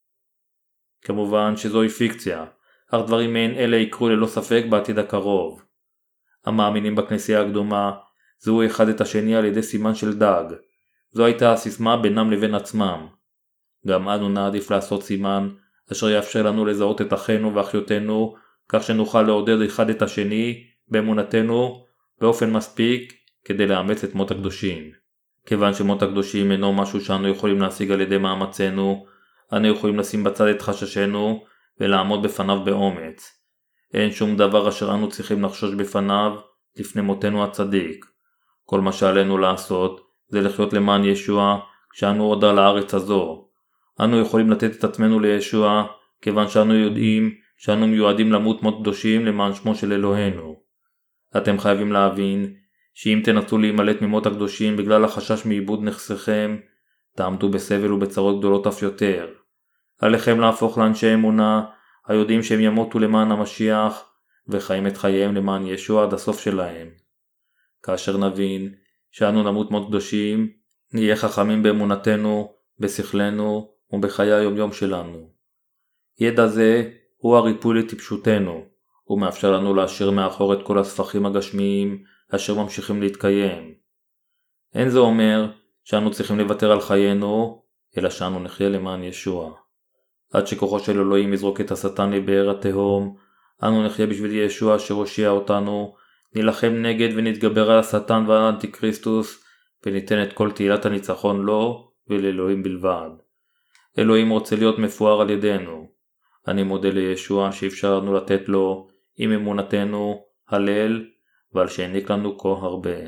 כמובן שזוהי פיקציה, אך דברים מעין אלה יקרו ללא ספק בעתיד הקרוב. המאמינים בכנסייה הקדומה זוהו אחד את השני על ידי סימן של דג. זו הייתה הסיסמה בינם לבין עצמם. גם אנו נעדיף לעשות סימן אשר יאפשר לנו לזהות את אחינו ואחיותינו, כך שנוכל לעודד אחד את השני באמונתנו באופן מספיק כדי לאמץ את מות הקדושים. כיוון שמות הקדושים אינו משהו שאנו יכולים להשיג על ידי מאמצינו, אנו יכולים לשים בצד את חששנו ולעמוד בפניו באומץ. אין שום דבר אשר אנו צריכים לחשוש בפניו לפני מותנו הצדיק. כל מה שעלינו לעשות זה לחיות למען ישוע כשאנו עוד על הארץ הזו. אנו יכולים לתת את עצמנו לישוע כיוון שאנו יודעים שאנו מיועדים למות מות קדושים למען שמו של אלוהינו. אתם חייבים להבין שאם תנסו להימלט ממות הקדושים בגלל החשש מאיבוד נכסיכם, תעמדו בסבל ובצרות גדולות אף יותר. עליכם להפוך לאנשי אמונה היודעים שהם ימותו למען המשיח וחיים את חייהם למען ישוע עד הסוף שלהם. כאשר נבין שאנו נמות מות קדושים, נהיה חכמים באמונתנו, בשכלנו ובחיי היום יום שלנו. ידע זה הוא הריפוי לטיפשותנו, הוא מאפשר לנו להשאיר מאחור את כל הספחים הגשמיים אשר ממשיכים להתקיים. אין זה אומר שאנו צריכים לוותר על חיינו, אלא שאנו נחיה למען ישוע. עד שכוחו של אלוהים יזרוק את השטן לבאר התהום, אנו נחיה בשביל ישוע אשר הושיע אותנו, נילחם נגד ונתגבר על השטן ועל האנטיקריסטוס, וניתן את כל תהילת הניצחון לו ולאלוהים בלבד. אלוהים רוצה להיות מפואר על ידינו. אני מודה לישוע שאפשר לנו לתת לו עם אמונתנו הלל, ועל שהעניק לנו כה הרבה.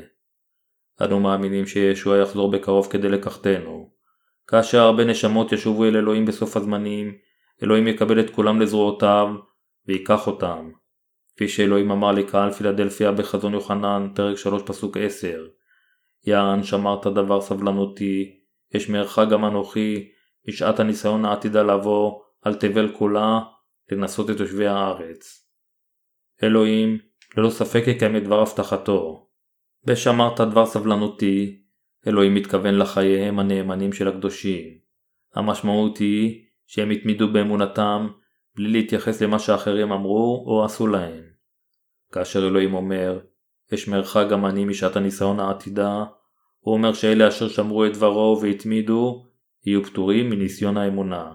אנו מאמינים שישוע יחזור בקרוב כדי לקחתנו. כאשר הרבה נשמות ישובו אל אלוהים בסוף הזמנים, אלוהים יקבל את כולם לזרועותיו ויקח אותם. כפי שאלוהים אמר לקהל פילדלפיה בחזון יוחנן, פרק 3 פסוק 10. יען שמרת דבר סבלנותי, אשמרך גם אנוכי, בשעת הניסיון העתידה לבוא, על תבל כולה, לנסות את יושבי הארץ. אלוהים ללא ספק יקיים את דבר הבטחתו. בשמרת דבר סבלנותי, אלוהים מתכוון לחייהם הנאמנים של הקדושים. המשמעות היא שהם התמידו באמונתם בלי להתייחס למה שאחרים אמרו או עשו להם. כאשר אלוהים אומר, אשמרך גם אני משעת הניסיון העתידה, הוא אומר שאלה אשר שמרו את דברו והתמידו, יהיו פטורים מניסיון האמונה.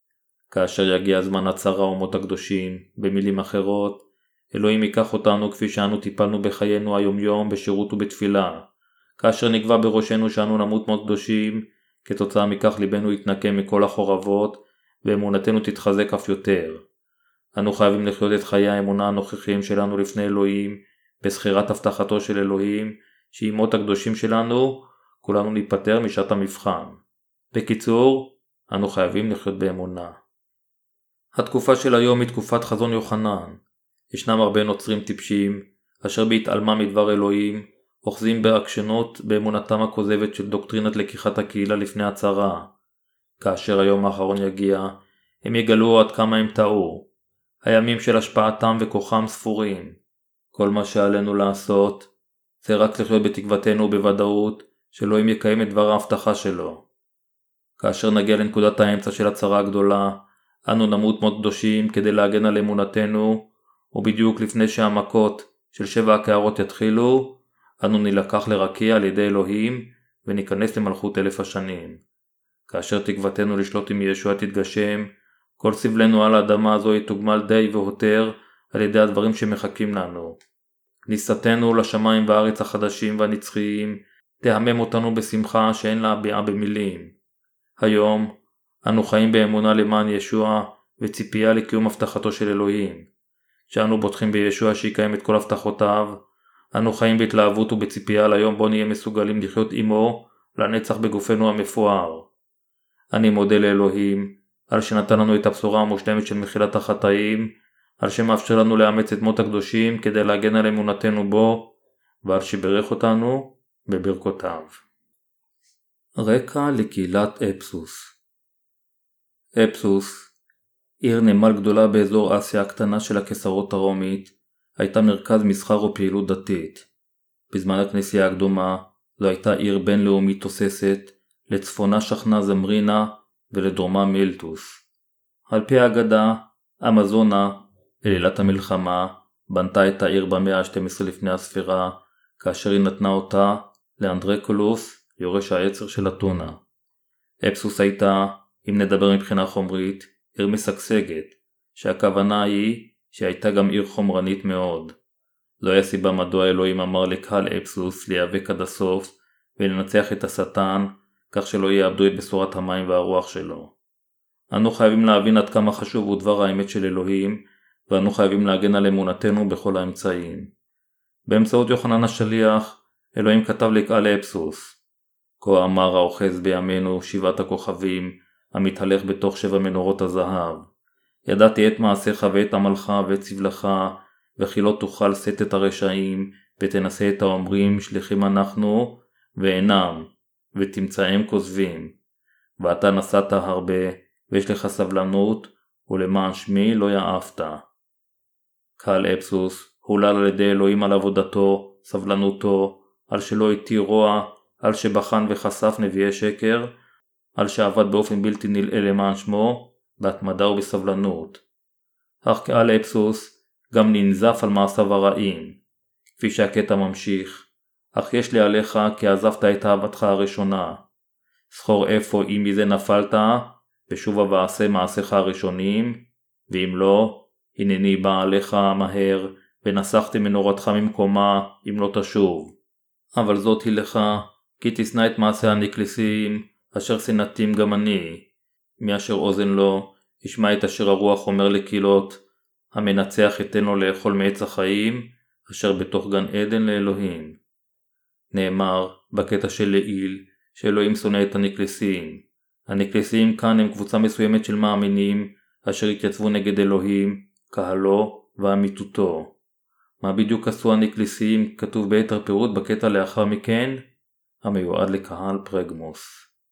כאשר יגיע זמן הצרה ומות הקדושים, במילים אחרות, אלוהים ייקח אותנו כפי שאנו טיפלנו בחיינו היומיום בשירות ובתפילה. כאשר נקבע בראשנו שאנו נמות מות קדושים, כתוצאה מכך ליבנו יתנקם מכל החורבות, ואמונתנו תתחזק אף יותר. אנו חייבים לחיות את חיי האמונה הנוכחיים שלנו לפני אלוהים, בסחירת הבטחתו של אלוהים, שעם מות הקדושים שלנו, כולנו ניפטר משעת המבחן. בקיצור, אנו חייבים לחיות באמונה. התקופה של היום היא תקופת חזון יוחנן. ישנם הרבה נוצרים טיפשים, אשר בהתעלמה מדבר אלוהים, אוחזים בעקשנות באמונתם הכוזבת של דוקטרינת לקיחת הקהילה לפני הצרה. כאשר היום האחרון יגיע, הם יגלו עד כמה הם טעו. הימים של השפעתם וכוחם ספורים. כל מה שעלינו לעשות, זה רק לחיות בתקוותנו ובוודאות, שאלוהים יקיים את דבר ההבטחה שלו. כאשר נגיע לנקודת האמצע של הצרה הגדולה, אנו נמות מות קדושים כדי להגן על אמונתנו, ובדיוק לפני שהמכות של 7 הקערות יתחילו, אנו נלקח לרקיע על ידי אלוהים וניכנס למלכות 1000 השנים. כאשר תקוותנו לשלוט עם ישוע תתגשם, כל סבלנו על האדמה הזו יתוגמל די והותר על ידי הדברים שמחכים לנו. כניסתנו לשמיים והארץ החדשים והנצחיים תהמם אותנו בשמחה שאין לה ביעה במילים. היום אנו חיים באמונה למען ישוע וציפייה לקיום הבטחתו של אלוהים. כשאנו בוטחים בישוע שיקיים את כל הבטחותיו, אנו חיים בהתלהבות ובציפייה ליום בו נהיה מסוגלים לחיות עמו לנצח בגופנו המפואר. אני מודה לאלוהים על שנתן לנו את הבשורה המושלמת של מחילת החטאים, על שמאפשר לנו לאמץ את מות הקדושים כדי להגן על אמונתנו בו, ועל שברך אותנו בברכותיו. רקע לקהילת אפסוס. אפסוס, עיר נמל גדולה באזור אסיה הקטנה של הקיסרות הרומית, הייתה מרכז מסחר ופעילות דתית. בזמן הכנסייה הקדומה זו הייתה עיר בינלאומית תוססת, לצפונה שכנה זמרינה ולדרומה מילטוס. על פי האגדה, אמזונה, אלילת המלחמה, בנתה את העיר במאה ה-12 לפני הספירה, כאשר היא נתנה אותה לאנדרקולוס, יורש העצר של אתונה. אפסוס הייתה, אם נדבר מבחינה חומרית, עיר משגשגת, שהכוונה היא שהייתה גם עיר חומרנית מאוד. זו היה סיבה מדוע אלוהים אמר לקהל אפסוס להיאבק עד הסוף ולנצח את השטן, כך שלא יאבדו את בשורת המים והרוח שלו. אנו חייבים להבין עד כמה חשוב הוא דבר האמת של אלוהים, ואנו חייבים להגן על אמונתנו בכל האמצעים. באמצעות יוחנן השליח, אלוהים כתב לקהל אפסוס: כה אמר האוחז בימינו 7 הכוכבים, המתהלך בתוך 7 מנורות הזהב. ידעתי את מעשיך ואת עמלך ואת סבלך, וכי לא תוכל שאת את הרשעים, ותנסה את האומרים שליחים אנחנו, ואינם, ותמצאם כוזבים. ואתה נסעת הרבה, ויש לך סבלנות, ולמען שמי לא יעפת. קהל אפסוס הולל על ידי אלוהים על עבודתו, סבלנותו, על שלא התיר רוע, על שבחן וחשף נביאי שקר, על שעבד באופן בלתי נלאה למען שמו, בהתמדה ובסבלנות. אך קהל אפסוס גם ננזף על מעשיו הרעים, כפי שהקטע ממשיך: אך יש לי עליך כי עזבת את אהבתך הראשונה. זכור איפה אם מזה נפלת, ושובה ועשה מעשיך הראשונים, ואם לא, הנני בא עליך מהר, ונסחתי מנורתך ממקומה, אם לא תשוב. אבל זאת היא לך, כי תשנא את מעשי הנקלסים, אשר שנאתים גם אני. מי אשר אוזן לו, ישמע את אשר הרוח אומר לקהילות, המנצח יתנו לאכול מעץ החיים, אשר בתוך גן עדן לאלוהים. נאמר בקטע של לעיל, שאלוהים שונא את הנקלסים. הנקלסים כאן הם קבוצה מסוימת של מאמינים, אשר התייצבו נגד אלוהים, קהלו ואמיתותו. מה בדיוק עשו הנקלסים כתוב ביתר פירוט בקטע לאחר מכן, המיועד לקהל פרגמוס.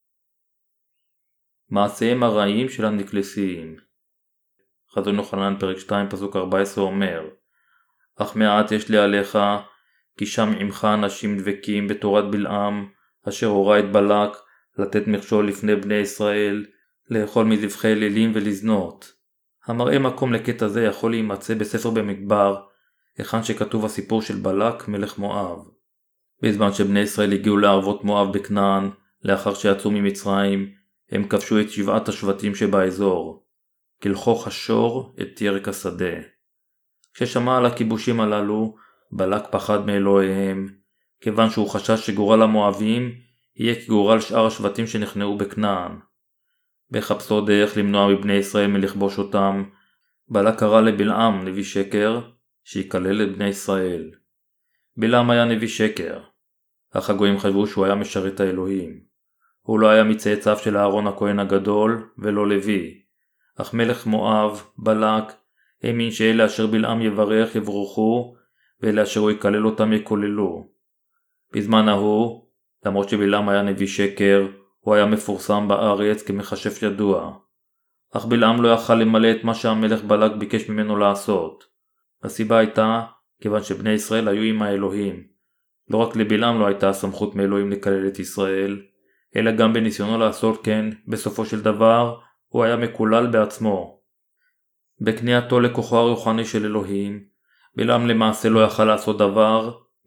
מעשיהם הרעים של הנקלסים. חזון יוחנן פרק 2 פסוק 14 אומר: אך מעט יש לי עליך, כי שם עמך אנשים דבקים בתורת בלעם, אשר הורה את בלק לתת מכשול לפני בני ישראל, לאכול מזבחי אלילים ולזנות. המראה מקום לקטע זה יכול להימצא בספר במדבר, היכן שכתוב הסיפור של בלק מלך מואב. בזמן שבני ישראל הגיעו לערבות מואב בכנען, לאחר שיצאו ממצרים, הם כבשו את 7 השבטים שבאזור. כלכוך השור את ירק השדה. כששמע על הכיבושים הללו, בלק פחד מאלוהיהם, כיוון שהוא חשש שגורל המואבים יהיה כגורל שאר השבטים שנכנעו בכנען. בחפשו דרך למנוע מבני ישראל מלכבוש אותם, בלק קרא לבלעם נביא שקר, שיקלל את בני ישראל. בלעם היה נביא שקר, אך הגויים חשבו שהוא היה משרת האלוהים. הוא לא היה מצאצאיו של אהרון הכהן הגדול ולא לוי, אך מלך מואב, בלק, האמין שאלה אשר בלעם יברך יברוכו, ואלה אשר הוא יקלל אותם יקוללו. בזמן ההוא, למרות שבלעם היה נביא שקר, הוא היה מפורסם בארץ כמכשף ידוע. אך בלעם לא יכל למלא את מה שהמלך בלק ביקש ממנו לעשות. הסיבה הייתה כיוון שבני ישראל היו עם האלוהים. לא רק לבלעם לא הייתה סמכות מאלוהים לקלל את ישראל, אלא גם בניסיונו לעשות כן, בסופו של דבר, הוא היה מקולל בעצמו. בכניעתו לכוחו הרוחני של אלוהים, בלעם למעשה לא יכל לעשות דבר,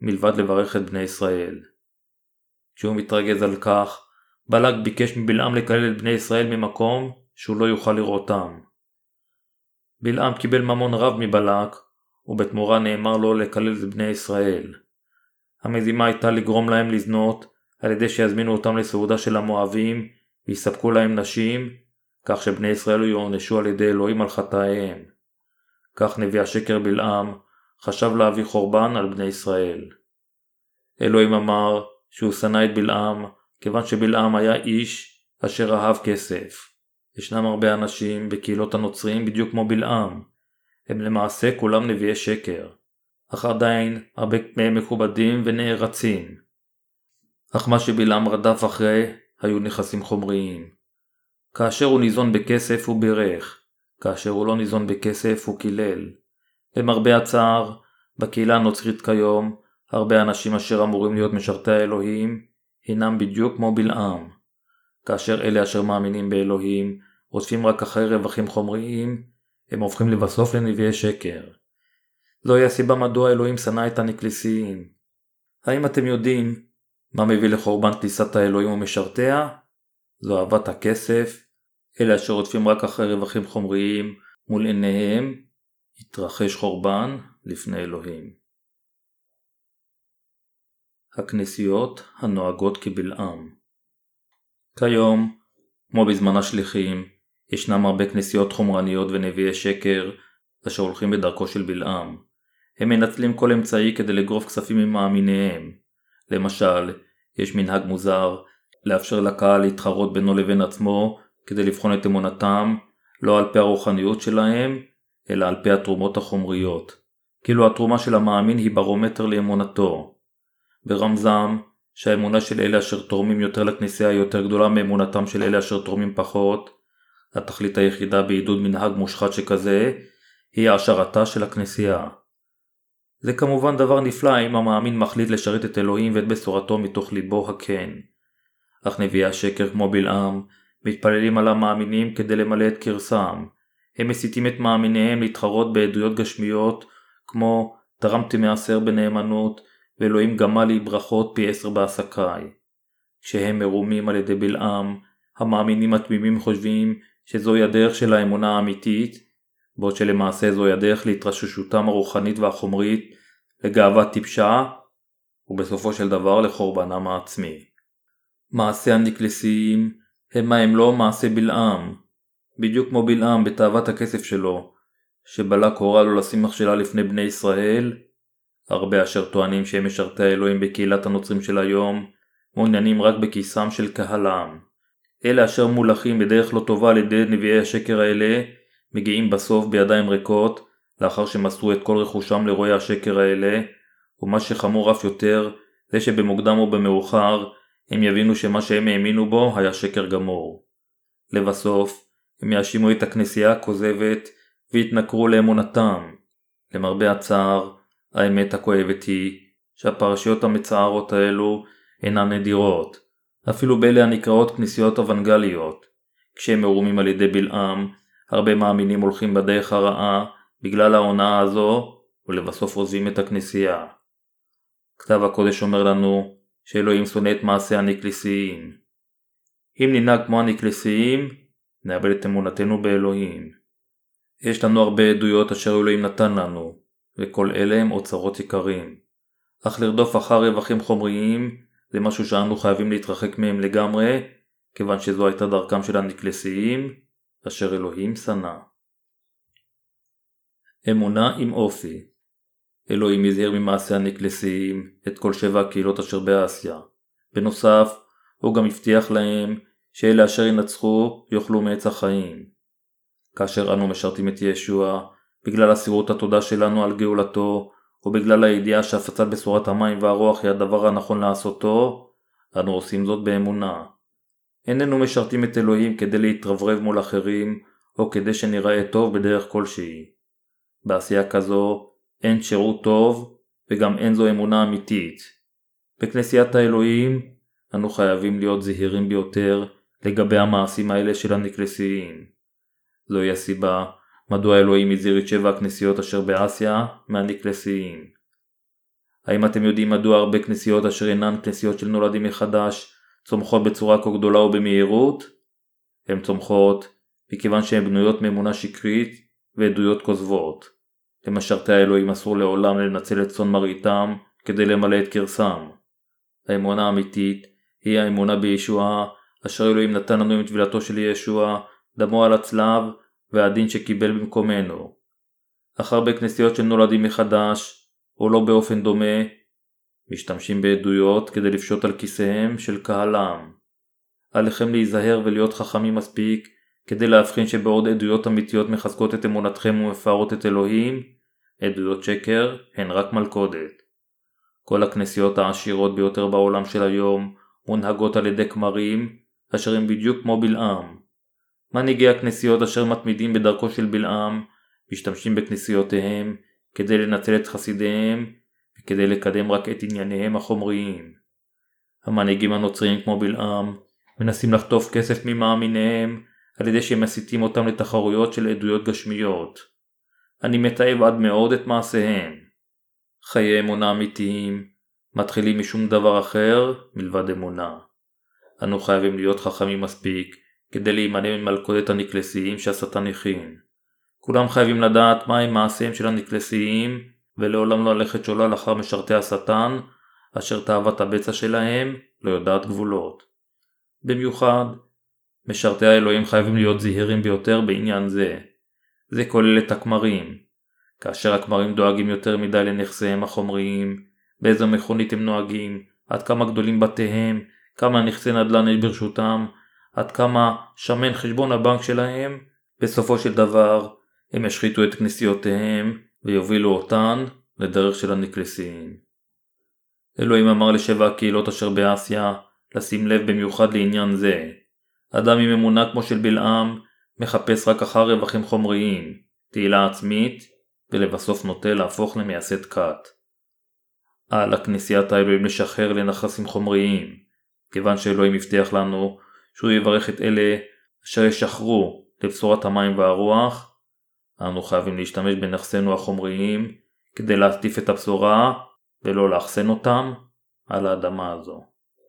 מלבד לברך את בני ישראל. כשהוא מתרגז על כך, בלק ביקש מבלעם לקלל את בני ישראל ממקום שהוא לא יוכל לראותם. בלעם קיבל ממון רב מבלק, ובתמורה נאמר לו לקלל את בני ישראל. המזימה הייתה לגרום להם לזנות, על ידי שיזמינו אותם לסעודה של המואבים, ויספקו להם נשים, כך שבני ישראל יוענשו על ידי אלוהים על חטאיהם. כך נביא השקר בלעם חשב להביא חורבן על בני ישראל. אלוהים אמר שהוא שנא את בלעם, כיוון שבלעם היה איש אשר אהב כסף. ישנם הרבה אנשים בקהילות הנוצרים בדיוק כמו בלעם. הם למעשה כולם נביאי שקר. אך עדיין הרבה מהם מכובדים ונערצים. אך מה שבלעם רדף אחרי היו נכסים חומריים. כאשר הוא ניזון בכסף הוא בירך, כאשר הוא לא ניזון בכסף הוא קילל. למרבה הצער, בקהילה הנוצרית כיום, הרבה אנשים אשר אמורים להיות משרתי האלוהים, הינם בדיוק כמו בלעם. כאשר אלה אשר מאמינים באלוהים, רודפים רק אחרי רווחים חומריים, הם הופכים לבסוף לנביאי שקר. זוהי הסיבה מדוע אלוהים שנא את הנקלסיים. האם אתם יודעים מה מביא לחורבן כניסת האלוהים ומשרתיה? זו אהבת הכסף. אלה אשר רודפים רק אחרי רווחים חומריים מול עיניהם, יתרחש חורבן לפני אלוהים. הכנסיות הנוהגות כבלעם. כיום, כמו בזמן השליחים, ישנם הרבה כנסיות חומרניות ונביאי שקר אשר הולכים בדרכו של בלעם. הם מנצלים כל אמצעי כדי לגרוף כספים ממאמיניהם. למשל, יש מנהג מוזר לאפשר לקהל להתחרות בינו לבין עצמו כדי לבחון את אמונתם, לא על פי הרוחניות שלהם, אלא על פי התרומות החומריות. כאילו התרומה של המאמין היא ברומטר לאמונתו. ברמזם, שהאמונה של אלה אשר תורמים יותר לכנסייה היא יותר גדולה מאמונתם של אלה אשר תורמים פחות, התכלית היחידה בעידוד מנהג מושחת שכזה, היא העשרתה של הכנסייה. זה כמובן דבר נפלא אם המאמין מחליט לשרת את אלוהים ואת בשורתו מתוך ליבו הכן. אך נביאי השקר כמו בלעם, מתפללים על המאמינים כדי למלא את קרסם. הם מסיתים את מאמיניהם להתחרות בעדויות גשמיות, כמו תרמתי מעשר בנאמנות, ואלוהים גמל לי ברכות פי 10 בעסקיי. כשהם מרומים על ידי בלעם, המאמינים התמימים חושבים שזוהי הדרך של האמונה האמיתית, בעוד שלמעשה זוהי הדרך להתרששותם הרוחנית והחומרית, לגאווה טיפשה, ובסופו של דבר לחורבנם העצמי. מעשי הנקלסיים הם לא מעשי בלעם, בדיוק כמו בלעם בתאוות הכסף שלו, שבלק הורה לו לשים מכשלה לפני בני ישראל. הרבה אשר טוענים שהם משרתי האלוהים בקהילת הנוצרים של היום, מעוניינים רק בכיסם של קהלם. אלה אשר מולכים בדרך לא טובה על ידי נביאי השקר האלה, מגיעים בסוף בידיים ריקות, לאחר שמסרו את כל רכושם לרואי השקר האלה, ומה שחמור אף יותר, זה שבמוקדם או במאוחר, הם יבינו שמה שהם האמינו בו היה שקר גמור. לבסוף, הם יאשימו את הכנסייה הכוזבת, והתנכרו לאמונתם. למרבה הצער, האמת הכואבת היא, שהפרשיות המצערות האלו אינן נדירות, אפילו באלה הנקראות כנסיות אוונגליות. כשהם מרומים על ידי בלעם, הרבה מאמינים הולכים בדרך הרעה בגלל ההונאה הזו, ולבסוף עוזבים את הכנסייה. כתב הקודש אומר לנו שאלוהים שונא את מעשי הנקלסיים. אם ננהג כמו הנקלסיים, נאבד את אמונתנו באלוהים. יש לנו הרבה עדויות אשר אלוהים נתן לנו, וכל אלה הם אוצרות עיקריים. אך לרדוף אחר רווחים חומריים זה משהו שאנו חייבים להתרחק מהם לגמרי, כיוון שזו הייתה דרכם של הנקלסיים, אשר אלוהים שנא. אמונה עם אופי. אלוהים הזהיר ממעשי הנקלסיים את כל 7 הקהילות אשר באסיה. בנוסף, הוא גם הבטיח להם שאלה אשר ינצחו יאכלו מעץ החיים. כאשר אנו משרתים את ישוע, בגלל אסירות התודה שלנו על גאולתו, ובגלל הידיעה שהפצת בשורת המים והרוח היא הדבר הנכון לעשותו, אנו עושים זאת באמונה. איננו משרתים את אלוהים כדי להתרברב מול אחרים, או כדי שנראה טוב בדרך כלשהי. בעשייה כזו אין שירות טוב, וגם אין זו אמונה אמיתית. בכנסיית האלוהים, אנו חייבים להיות זהירים ביותר לגבי המעשים האלה של הנקלסיים. זוהי הסיבה מדוע אלוהים הזהיר את 7 הכנסיות אשר באסיה מהנקלסיים. האם אתם יודעים מדוע הרבה כנסיות אשר אינן כנסיות של נולדים מחדש צומחות בצורה כה גדולה ובמהירות? הן צומחות מכיוון שהן בנויות מאמונה שקרית ועדויות כוזבות. למשרתי האלוהים אסור לעולם לנצל את צאן מרעיתם כדי למלא את קרסם. האמונה האמיתית היא האמונה בישוע, אשר אלוהים נתן לנו עם טבילתו של ישוע, דמו על הצלב והדין שקיבל במקומנו. אך הרבה כנסיות של נולדים מחדש, או לא באופן דומה, משתמשים בעדויות כדי לפשוט על כיסיהם של קהלם. עליכם להיזהר ולהיות חכמים מספיק כדי להבחין שבעוד עדויות אמיתיות מחזקות את אמונתכם ומפארות את אלוהים, עדויות שקר הן רק מלכודת. כל הכנסיות העשירות ביותר בעולם של היום מונהגות על ידי כמרים אשר הם בדיוק כמו בלעם. מנהיגי הכנסיות אשר מתמידים בדרכו של בלעם משתמשים בכנסיותיהם כדי לנצל את חסידיהם וכדי לקדם רק את ענייניהם החומריים. המנהיגים הנוצריים כמו בלעם מנסים לחטוף כסף ממאמיניהם על ידי שהם מסיתים אותם לתחרויות של עדויות גשמיות. אני מתעב עד מאוד את מעשיהם. חיי אמונה אמיתיים מתחילים משום דבר אחר מלבד אמונה. אנו חייבים להיות חכמים מספיק כדי להימנע ממלכודת הנקלסיים שהשטן הכין. כולם חייבים לדעת מהם מעשיהם של הנקלסיים ולעולם לא ללכת שולל אחר משרתי השטן אשר תאוות הבצע שלהם לא יודעת גבולות. במיוחד משרתי האלוהים חייבים להיות זהירים ביותר בעניין זה. זה כולל את הכמרים. כאשר הכמרים דואגים יותר מדי לנכסיהם החומריים, באיזו מכונית הם נוהגים, עד כמה גדולים בתיהם, כמה נכסי נדל"ן יש ברשותם, עד כמה שמן חשבון הבנק שלהם, בסופו של דבר הם ישחיתו את כנסיותיהם ויובילו אותן לדרך של הנקלסיים. אלוהים אמר לשבע הקהילות אשר באסיה לשים לב במיוחד לעניין זה. אדם עם אמונה כמו של בלעם מחפש רק אחר רווחים חומריים, תהילה עצמית, ולבסוף נוטה להפוך למייסד כת. על הכנסיית האלוהים לשחרר לנכסים חומריים, כיוון שאלוהים הבטיח לנו שהוא יברך את אלה אשר ישחרו לבשורת המים והרוח. אנו חייבים להשתמש בנכסינו החומריים כדי להטיף את הבשורה ולא לאחסן אותם על האדמה הזו.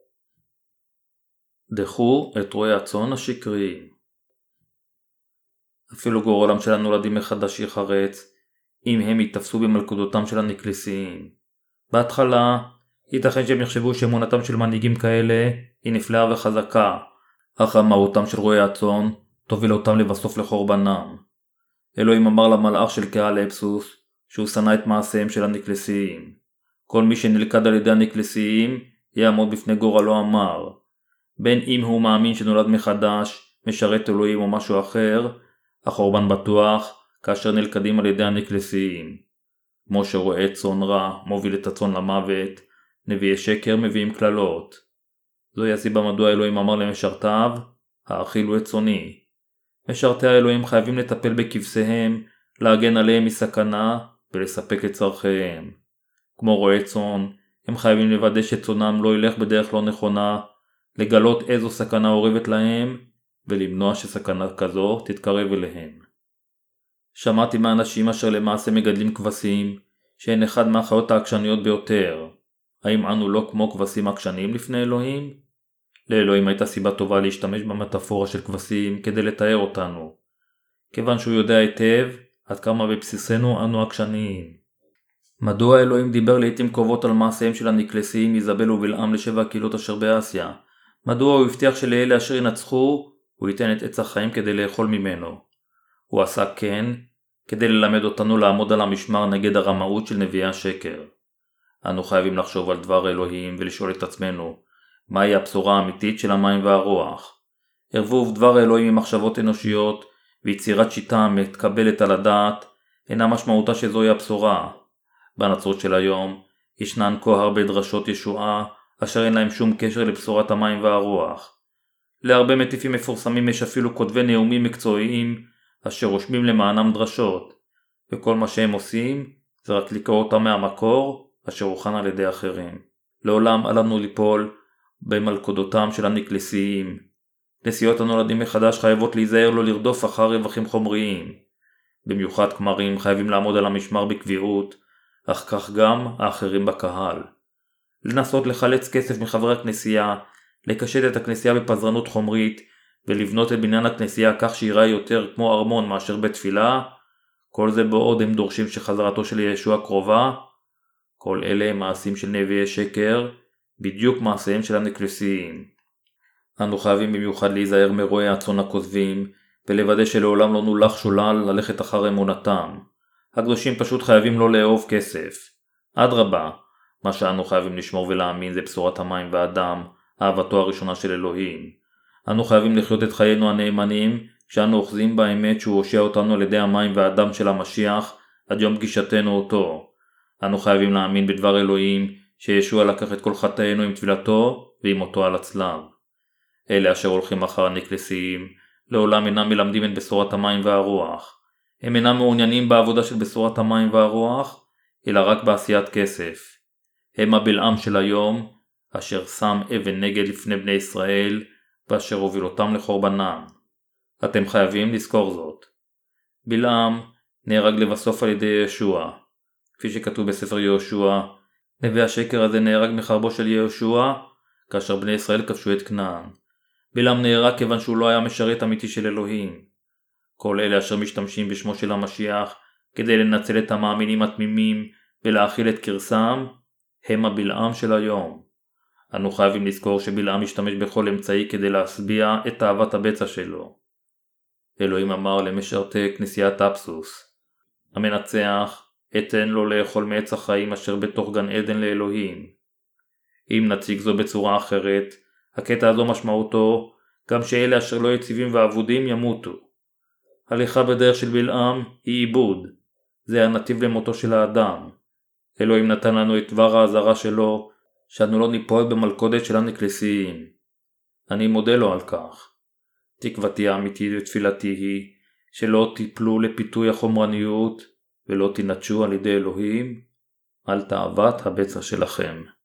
דחו את רועי הצאן השקריים. אפילו גורלם של הנולדים מחדש יחרץ אם הם יתפסו במלכודותם של הנקלסיים. בהתחלה ייתכן שהם יחשבו שאמונתם של מנהיגים כאלה היא נפלאה וחזקה, אך המהותם של רועי הצאן תוביל אותם לבסוף לחורבנם. אלוהים אמר למלאך של קהל אפסוס שהוא שנא את מעשיהם של הנקלסיים. כל מי שנלכד על ידי הנקלסיים יעמוד בפני גורלו המר. בין אם הוא מאמין שנולד מחדש, משרת אלוהים או משהו אחר, החורבן בטוח כאשר נלכדים על ידי הנקלסיים. כמו שרועה צאן רע מוביל את הצאן למוות, נביאי שקר מביאים כללות. זוהי הסיבה מדוע אלוהים אמר למשרתיו, האכילו את צאני. משרתי האלוהים חייבים לטפל בכבשיהם, להגן עליהם מסכנה ולספק את צרכיהם. כמו רועה צאן, הם חייבים לוודא שצאנם לא ילך בדרך לא נכונה, לגלות איזו סכנה אורבת להם ולמנוע שסכנה כזו תתקרב אליהם. שמעתי מאנשים אשר למעשה מגדלים כבשים שהן אחד מהחיות העקשניות ביותר. האם אנו לא כמו כבשים עקשניים לפני אלוהים? לאלוהים הייתה סיבה טובה להשתמש במטאפורה של כבשים כדי לתאר אותנו, כיוון שהוא יודע היטב עד כמה בבסיסנו אנו עקשניים. מדוע אלוהים דיבר לעתים קרובות על מעשיהם של הנקלסיים איזבל ובלעם לשבע הקהילות אשר באסיה? מדוע הוא הבטיח שלאלה אשר ינצחו הוא ייתן את עץ החיים כדי לאכול ממנו? הוא עשה כן כדי ללמד אותנו לעמוד על המשמר נגד הרמאות של נביאי השקר. אנו חייבים לחשוב על דבר אלוהים ולשאול את עצמנו, מהי הבשורה האמיתית של המים והרוח? ערבוב דבר אלוהים עם מחשבות אנושיות ויצירת שיטה המתקבלת על הדעת אינה משמעותה שזוהי הבשורה. בנצרות של היום ישנן כה הרבה דרשות ישועה אשר אין להם שום קשר לבשורת המים והרוח. להרבה מטיפים מפורסמים יש אפילו כותבי נאומים מקצועיים אשר רושמים למענם דרשות, וכל מה שהם עושים זה רק לקרוא אותם מהמקור אשר הוכן על ידי אחרים. לעולם אל לנו ליפול במלכודותם של הנקלסיים. כנסיות הנולדים מחדש חייבות להיזהר לא לרדוף אחר רווחים חומריים. במיוחד כמרים חייבים לעמוד על המשמר בקביעות אך כך גם האחרים בקהל. לנסות לחלץ כסף מחברי הכנסייה, לקשט את הכנסייה בפזרנות חומרית, ולבנות את בניין הכנסייה כך שיראה יותר כמו ארמון מאשר בית תפילה, כל זה בעוד הם דורשים שחזרתו של ישוע קרובה. כל אלה הם מעשים של נביאי שקר, בדיוק מעשיהם של הנקלסיים. אנו חייבים במיוחד להיזהר מרועי הצאן הכוזבים, ולוודא שלעולם לא נולך שולל ללכת אחר אמונתם. הקדושים פשוט חייבים לא לאהוב כסף. אדרבה, מה שאנו חייבים לשמור ולהאמין זה בשורת המים והדם, אהבתו הראשונה של אלוהים. אנו חייבים לחיות את חיינו הנאמנים, כשאנו אוחזים באמת שהוא הושיע אותנו על ידי המים והדם של המשיח, עד יום פגישתנו אותו. אנו חייבים להאמין בדבר אלוהים, שישוע לקח את כל חטאינו עם טבילתו ועם מותו על הצלב. אלה אשר הולכים אחר הנקלסיים, לעולם אינם מלמדים את בשורת המים והרוח. הם אינם מעוניינים בעבודה של בשורת המים והרוח, אלא רק בעשיית כסף. הם הבלעם של היום, אשר שם אבן נגד לפני בני ישראל, ואשר הוביל אותם לחורבנם. אתם חייבים לזכור זאת. בלעם נהרג לבסוף על ידי ישוע. כפי שכתוב בספר יהושע, נביא השקר הזה נהרג מחרבו של יהושע, כאשר בני ישראל כבשו את כנען. בלעם נהרג כיוון שהוא לא היה משרת אמיתי של אלוהים. כל אלה אשר משתמשים בשמו של המשיח כדי לנצל את המאמינים התמימים ולהאכיל את קרסם, הם הבלעם של היום. אנו חייבים לזכור שבלעם משתמש בכל אמצעי כדי להשביע את תאוות הבצע שלו. אלוהים אמר למשרתי כנסיית אפסוס, המנצח אתן לו לאכול מעץ החיים אשר בתוך גן עדן לאלוהים. אם נציג זו בצורה אחרת, הקטע הזו משמעותו גם שאלה אשר לא יציבים ועבודים ימותו. הליכה בדרך של בלעם היא עיבוד, זה הנתיב למותו של האדם. אלוהים נתן לנו את דבר האזהרה שלו, שאנו לא ניפול במלכודת של הנקלסיים. אני מודה לו על כך. תקוותי האמיתית ותפילתי היא שלא תיפלו לפיתוי החומרניות ולא תנטשו על ידי אלוהים על תאוות הבצע שלכם.